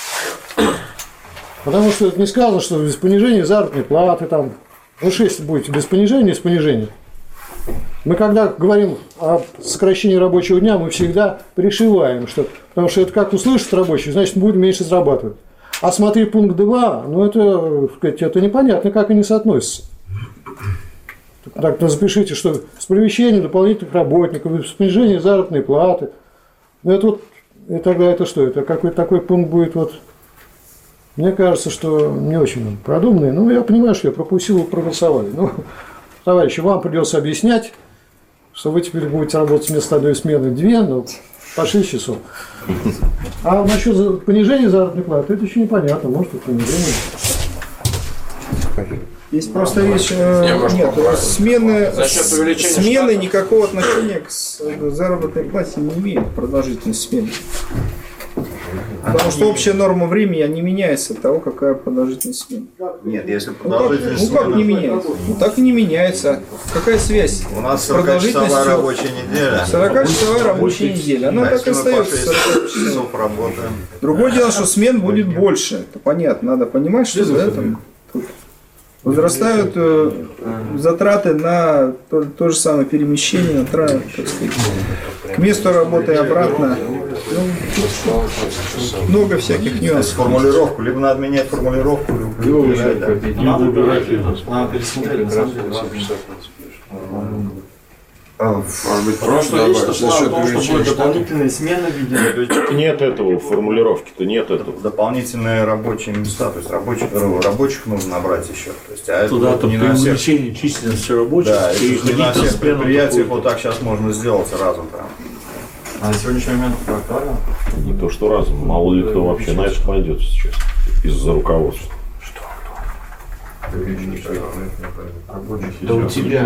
Потому что не сказано, что без понижения заработной платы, там, ну, шесть будет без понижения, без понижения. Мы когда говорим о сокращении рабочего дня, мы всегда пришиваем, что, потому что это как услышит рабочий, значит, будет меньше зарабатывать. А смотри пункт два, ну это, так сказать, это непонятно, как они соотносятся. Так, то запишите, что с привлечением дополнительных работников, с понижением заработной платы. Ну это вот, и тогда это что? Это какой-то такой пункт будет вот. Мне кажется, что не очень продуманный. Ну, я понимаю, что я пропустил, вы проголосовали. Ну, товарищи, вам придется объяснять, что вы теперь будете работать вместо одной смены две, но по шесть часов. А насчет понижения заработной платы, это еще непонятно. Может, это понижение. Есть просто речь, э, нет, смены, смены никакого отношения к заработной плате не имеют, продолжительность смены. Потому что общая норма времени не меняется от того, какая продолжительность смены. Нет, если Ну как, продолжительность ну как смены- не меняется? Ну так и не меняется. Какая связь? У нас с продолжительностью? сорокачасовая рабочая неделя. сорокачасовая рабочая неделя. Она А так и если мы по остается. шесть сорок часов работаем. Другое дело, что смен будет больше. Это понятно. Надо понимать, что да, там, тут возрастают э, затраты на то, то же самое перемещение, на тра- так сказать, к месту работы и обратно. Ну, тут много всяких нюансов. Формулировку, либо надо менять формулировку, либо убирать, да. Надо убирать, надо пересмотреть, на самом деле, Может быть, Просто речь шла о том, что будет дополнительные смены видимо. Нет этого, формулировки-то нет этого. Дополнительные рабочие места, то есть рабочих, рабочих нужно набрать еще. То есть, а Туда это там не при на всех, увеличении численности рабочих, да, это переходить не на на всех смену предприятиях какую-то. вот так сейчас можно сделать сразу прям. А на сегодняшний момент это актуально? Не то, что разум. Мало ли кто вообще на это пойдет сейчас из-за руководства. Да у тебя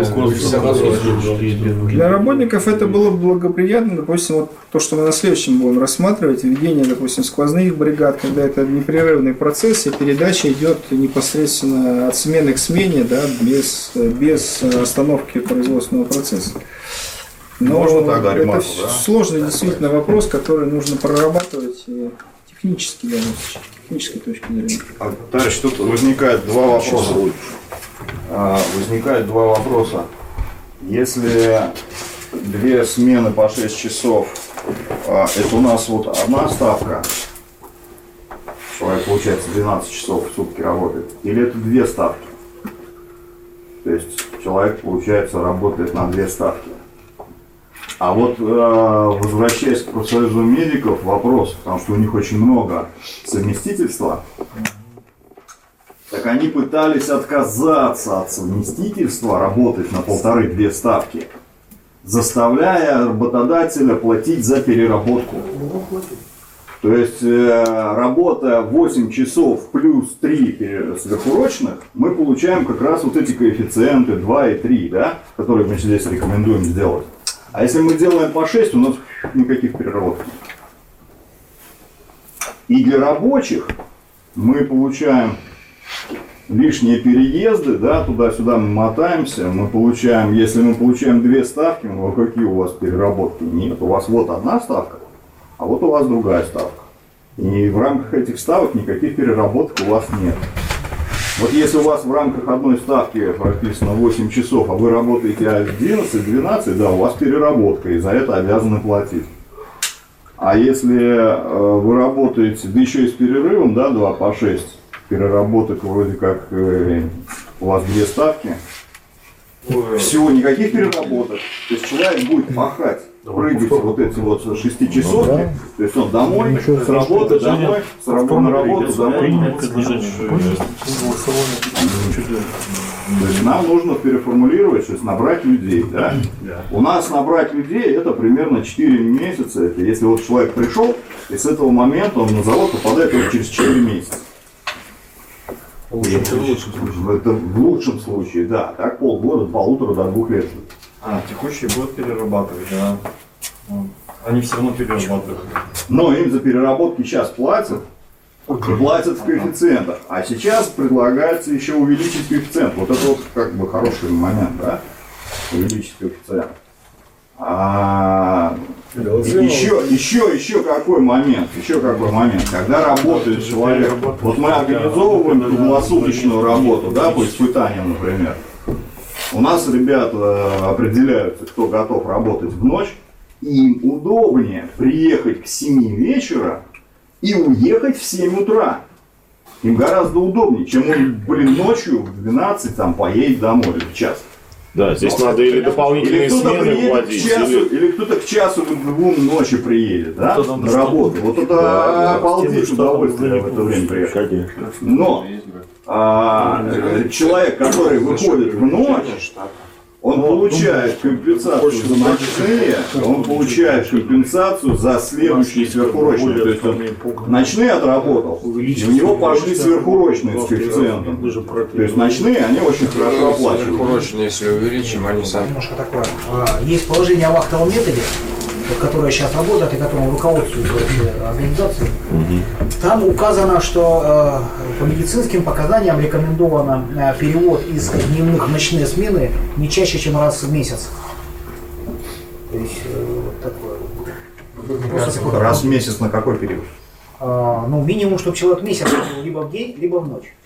Для работников это было бы благоприятно, допустим, вот то, что мы на следующем будем рассматривать, введение, допустим, сквозных бригад, когда это непрерывный процесс, и передача идет непосредственно от смены к смене, да, без, без остановки производственного процесса. Но Можно тогда это ремарку, в- да? сложный действительно вопрос, который нужно прорабатывать и технически, да, с технической точки зрения. А, Товарищ, тут возникает два вопроса. А, Возникает два вопроса. Если две смены по шесть часов, а, это у нас вот одна ставка, человек, получается, двенадцать часов в сутки работает, или это две ставки? То есть человек, получается, работает на две ставки. А вот э, возвращаясь к профсоюзу медиков, вопрос, потому что у них очень много совместительства, так они пытались отказаться от совместительства, работать на полторы-две ставки, заставляя работодателя платить за переработку. То есть, э, работая восемь часов плюс три сверхурочных, мы получаем как раз вот эти коэффициенты два и три, да, которые мы здесь рекомендуем сделать. А если мы делаем по шесть, у нас никаких переработок нет. И для рабочих мы получаем лишние переезды, да, туда-сюда мы мотаемся, мы получаем, если мы получаем две ставки, ну какие у вас переработки? Нет, у вас вот одна ставка, а вот у вас другая ставка. И в рамках этих ставок никаких переработок у вас нет. Вот если у вас в рамках одной ставки прописано восемь часов, а вы работаете одиннадцать-двенадцать, да, у вас переработка, и за это обязаны платить. А если э, вы работаете, да еще и с перерывом, да, два по шесть, переработок вроде как э, у вас две ставки, всего никаких переработок, то есть человек будет пахать прыгать вот эти вот шестичасовки, да. То есть он домой, Ничего с работы домой, с работы на работу домой. То есть нам нужно переформулировать, то есть набрать людей. Да? Да. У нас набрать людей это примерно четыре месяца. Это если вот человек пришел, и с этого момента он на завод попадает только через четыре месяца. В лучшем, в лучшем случае. Это в лучшем случае, да. Так полгода, полутора до двух лет. А, текущие будут перерабатывать, да. Они все равно перерабатывают. Но им за переработки сейчас платят. Платят в коэффициентах. А сейчас предлагается еще увеличить коэффициент. Вот это вот как бы хороший момент, да? Увеличить коэффициент. А еще, еще, еще какой момент, еще какой момент, когда работает человек, вот мы организовываем круглосуточную работу, да, по испытаниям, например. У нас ребята определяются, кто готов работать в ночь, и им удобнее приехать к семи вечера и уехать в семь утра. Им гораздо удобнее, чем он, блин, ночью в двенадцать там поедет домой или в час. Да, здесь надо или дополнительные смены вводить, или... или кто-то к часу к двум ночи приедет, да, на работу. Вот это да, обалдеть удовольствие в это время приехать. Но а, человек, который выходит в ночь, он получает компенсацию за ночные, он получает компенсацию за следующие сверхурочные. То есть он ночные отработал, и у него пошли сверхурочные с коэффициентом. То есть ночные, они очень хорошо оплачивают. Сверхурочные, если увеличим, они сами. Немножко такое. Есть положение о вахтовом методе, которое сейчас работает и которым руководствует организация. Угу. Там указано, что э, по медицинским показаниям рекомендовано э, перевод из дневных в ночные смены не чаще, чем раз в месяц. То есть э, вот такое. Раз в месяц на какой период? Э, ну, минимум, чтобы человек месяц либо в день, либо в ночь.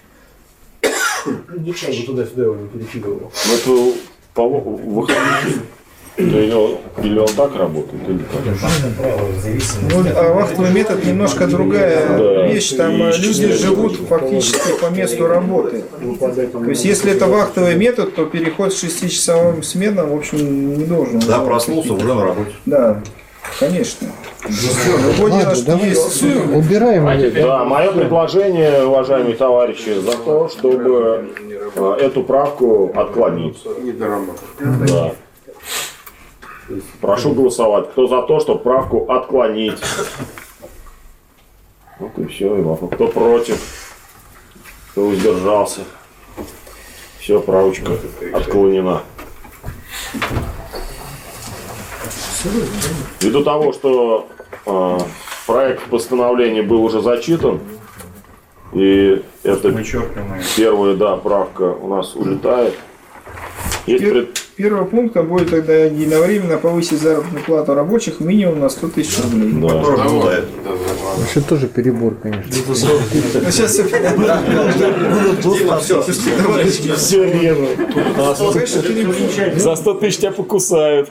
Не чаще. Туда-сюда его не перекидывал. Ну, это по выходным. Или он, или он так работает, или как? Ну, а вахтовый метод немножко другая да. вещь. Там и люди живут фактически по месту работы. То есть, если это вахтовый метод, то переход с шестичасовым сменам, в общем, не должен. Да, проснулся, уже на работе. Да, конечно. Ладно, давай убираем. Да, мое предложение, уважаемые товарищи, за то, чтобы эту правку отклонить. Да. Прошу голосовать. Кто за то, чтобы правку отклонить? Вот и все, Иван. Кто против? Кто воздержался? Все, правочка отклонена. Ввиду того, что э, проект постановления был уже зачитан, и это первая, да, правка у нас улетает. Есть Пер, пред... Первого пункта будет тогда единовременно повысить заработную плату рабочих минимум на сто тысяч рублей. Да. Да. Это тоже перебор, конечно. Сейчас все за сто тысяч тебя покусают.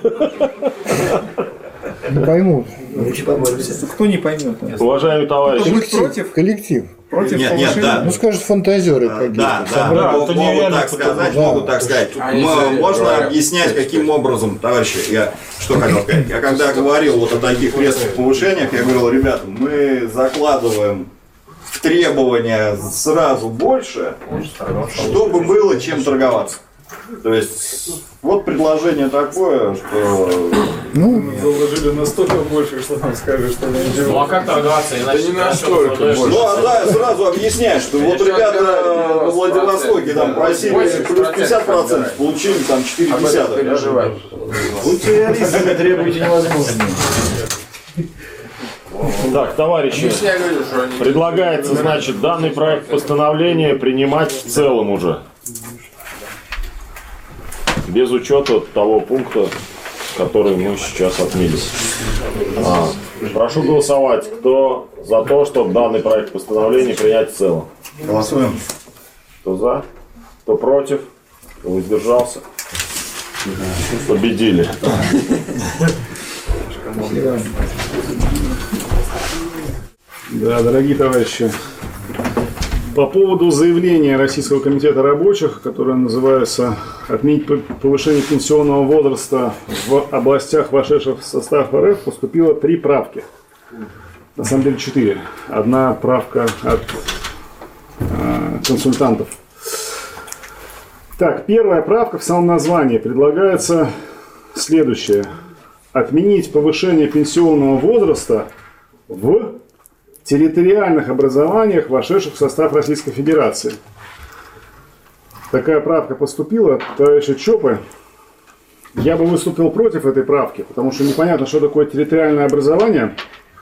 Не поймут. Кто не поймет? Уважаемые товарищи. Коллектив. Против? Коллектив. Против нет, нет, да. Ну скажут фантазеры какие-то. Да, да, да, могут, могут так сказать, да. могут так сказать. А можно говорят, объяснять, каким образом, товарищи, я что хотел сказать. Я когда говорил вот о таких резких повышениях, я говорил, ребята, мы закладываем в требования сразу больше, чтобы было чем торговаться. То есть, вот предложение такое, что... Ну, заложили настолько больше, что нам скажут, что не делают. Ну, а как торговаться? Иначе не настолько больше. Ну, а да, сразу объяснять, что вот ребята в Владивостоке там просили плюс пятьдесят процентов, получили там четыре десятых. Будьте реалистами, требуйте невозможно. Так, товарищи, предлагается, значит, данный проект постановления принимать в целом уже. Без учета того пункта, который мы сейчас отметили. А, прошу голосовать, кто за то, чтобы данный проект постановления принять в целом. Голосуем. Кто за, кто против, кто воздержался. Победили. Да, дорогие товарищи, По поводу заявления Российского комитета рабочих, которое называется «Отменить повышение пенсионного возраста в областях, вошедших в состав РФ», поступило три правки. На самом деле четыре. Одна правка от э, консультантов. Так, первая правка в самом названии. Предлагается следующее. Отменить повышение пенсионного возраста в территориальных образованиях, вошедших в состав Российской Федерации. Такая правка поступила, товарищи ЧОПы. Я бы выступил против этой правки, потому что непонятно, что такое территориальное образование.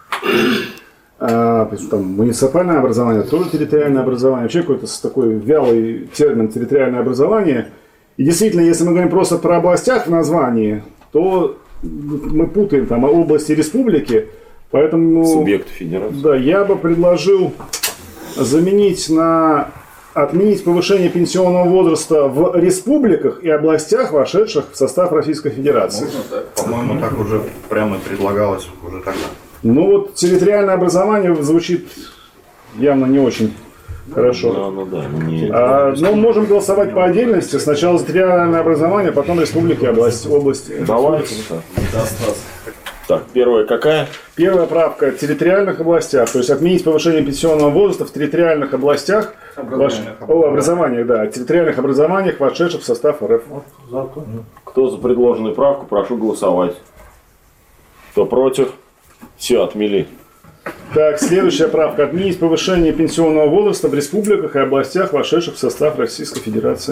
А, там, муниципальное образование, тоже территориальное образование. Вообще какой-то такой вялый термин территориальное образование. И действительно, если мы говорим просто про областях в названии, то мы путаем там области республики. Поэтому, субъекты федерации. Да, я бы предложил заменить на отменить повышение пенсионного возраста в республиках и областях, вошедших в состав Российской Федерации. По-моему, так уже прямо предлагалось уже тогда. Ну вот территориальное образование звучит явно не очень хорошо. Да, ну, да, не... а, но можем голосовать по отдельности. Сначала за территориальное образование, потом республики, области. области. Давайте. Так, первая какая? Первая правка в территориальных областях, то есть отменить повышение пенсионного возраста в территориальных областях, образованиях, ваш... О, образованиях, да, территориальных образованиях, вошедших в состав РФ. Кто за предложенную правку, прошу голосовать. Кто против? Все, отмели. Так, следующая правка. Отменить повышение пенсионного возраста в республиках и областях, вошедших в состав Российской Федерации.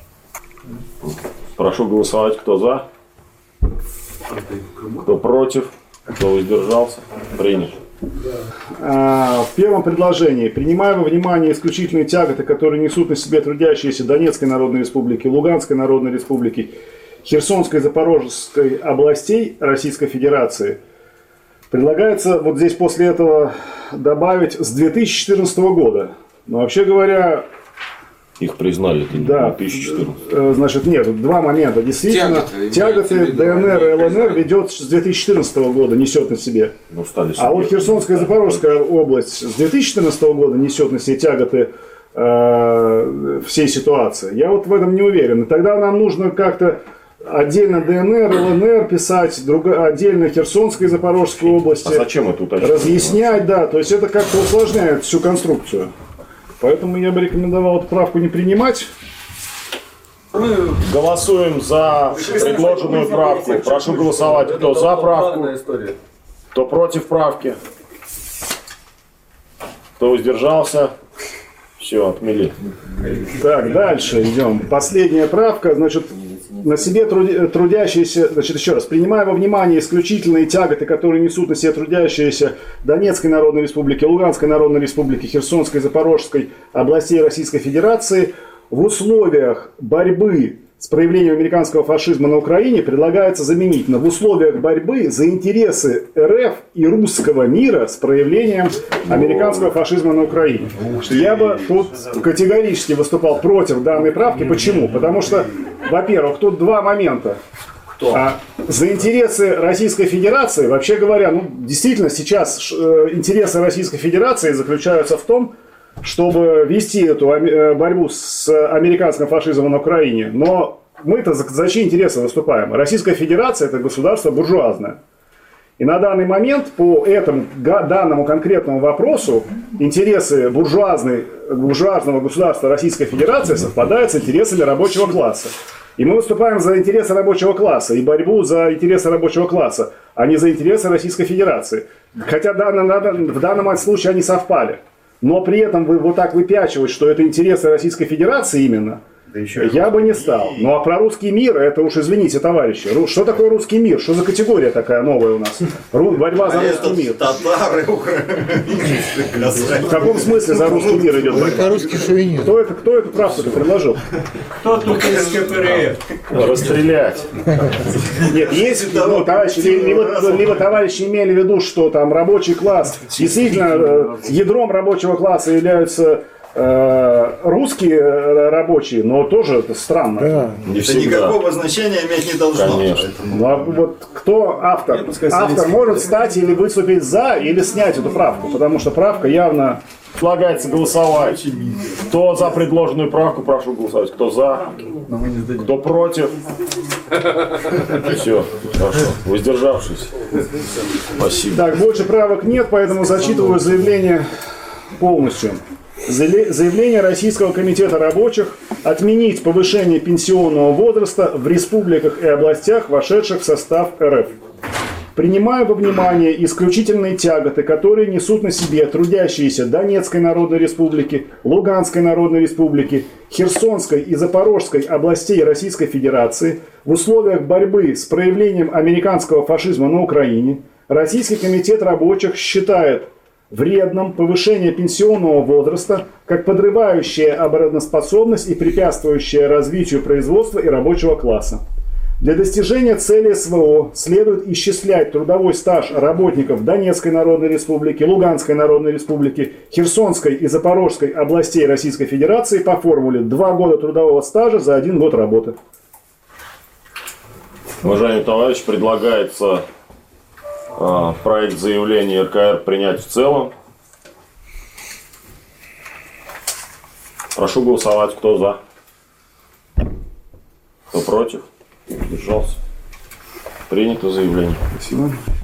Прошу голосовать. Кто за? Кто против? Кто воздержался? Принято. В первом предложении, принимая во внимание исключительные тяготы, которые несут на себе трудящиеся Донецкой Народной Республики, Луганской Народной Республики, Херсонской и Запорожской областей Российской Федерации, предлагается вот здесь после этого добавить с две тысячи четырнадцатого года. Но вообще говоря... Их признали в да, две тысячи четырнадцатом. Значит, нет, два момента. Действительно, тяготы, тяготы ДНР и ЛНР ведет с две тысячи четырнадцатого года, несет на себе. Ну, стали а вот Херсонская и Запорожская область с две тысячи четырнадцатого года несет на себе тяготы э, всей ситуации. Я вот в этом не уверен. И тогда нам нужно как-то отдельно ДНР, ЛНР писать, друго, отдельно Херсонской и Запорожской области. А зачем это уточнять? Разъяснять, да. То есть это как-то усложняет всю конструкцию. Поэтому я бы рекомендовал эту правку не принимать. Голосуем за предложенную правку. Прошу голосовать. Кто за правку? Кто против правки? Кто воздержался? Все, отмели. Так, дальше идем. Последняя правка. Значит, на себе трудящиеся, значит, еще раз, принимая во внимание исключительные тяготы, которые несут на себе трудящиеся Донецкой Народной Республики, Луганской Народной Республики, Херсонской и Запорожской областей Российской Федерации, в условиях борьбы с проявлением американского фашизма на Украине предлагается заменить на в условиях борьбы за интересы РФ и русского мира с проявлением американского фашизма на Украине. Я бы тут категорически выступал против данной правки. Почему? Потому что, во-первых, тут два момента. Кто? А, за интересы Российской Федерации, вообще говоря, ну, действительно сейчас э, интересы Российской Федерации заключаются в том, чтобы вести эту борьбу с американским фашизмом на Украине. Но мы-то за, за чьи интересы выступаем? Российская Федерация – это государство буржуазное. И на данный момент по этому данному конкретному вопросу интересы буржуазной, буржуазного государства Российской Федерации совпадают с интересами рабочего класса. И мы выступаем за интересы рабочего класса и борьбу за интересы рабочего класса, а не за интересы Российской Федерации. Хотя в данном случае они совпали. Но при этом вы вот так выпячивать, что это интересы Российской Федерации именно, да еще я бы не стал. Ну а про русский мир, это уж извините, товарищи, что такое русский мир? Что за категория такая новая у нас? Ру, борьба за а русский мир. Татары, украинцы. В каком смысле за русский мир идет борьба? Русский шовинизм. Кто это, кто эту правку-то предложил? Кто тут из КПРФ? Расстрелять. Нет, есть, ну, товарищи, либо, либо товарищи имели в виду, что там рабочий класс, действительно, ядром рабочего класса являются э, русские рабочие, но тоже это странно. Да. Это никакого значения иметь не должно. Конечно. Ну, а вот кто автор? Автор может встать или выступить за, или снять эту правку, потому что правка явно... Предлагается голосовать. Кто за предложенную правку, прошу голосовать. Кто за, кто против. Все, хорошо. Воздержавшись. Спасибо. Так, больше правок нет, поэтому зачитываю заявление полностью. Заявление Российского комитета рабочих отменить повышение пенсионного возраста в республиках и областях, вошедших в состав эр эф. Принимая во внимание исключительные тяготы, которые несут на себе трудящиеся Донецкой Народной Республики, Луганской Народной Республики, Херсонской и Запорожской областей Российской Федерации в условиях борьбы с проявлением американского фашизма на Украине, Российский комитет рабочих считает вредным повышение пенсионного возраста как подрывающее обороноспособность и препятствующее развитию производства и рабочего класса. Для достижения цели эс вэ о следует исчислять трудовой стаж работников Донецкой Народной Республики, Луганской Народной Республики, Херсонской и Запорожской областей Российской Федерации по формуле два года трудового стажа за один год работы. Уважаемый товарищ, предлагается э, проект заявления эр ка эр принять в целом. Прошу голосовать, кто за, кто против. Держался. Принято заявление. Спасибо.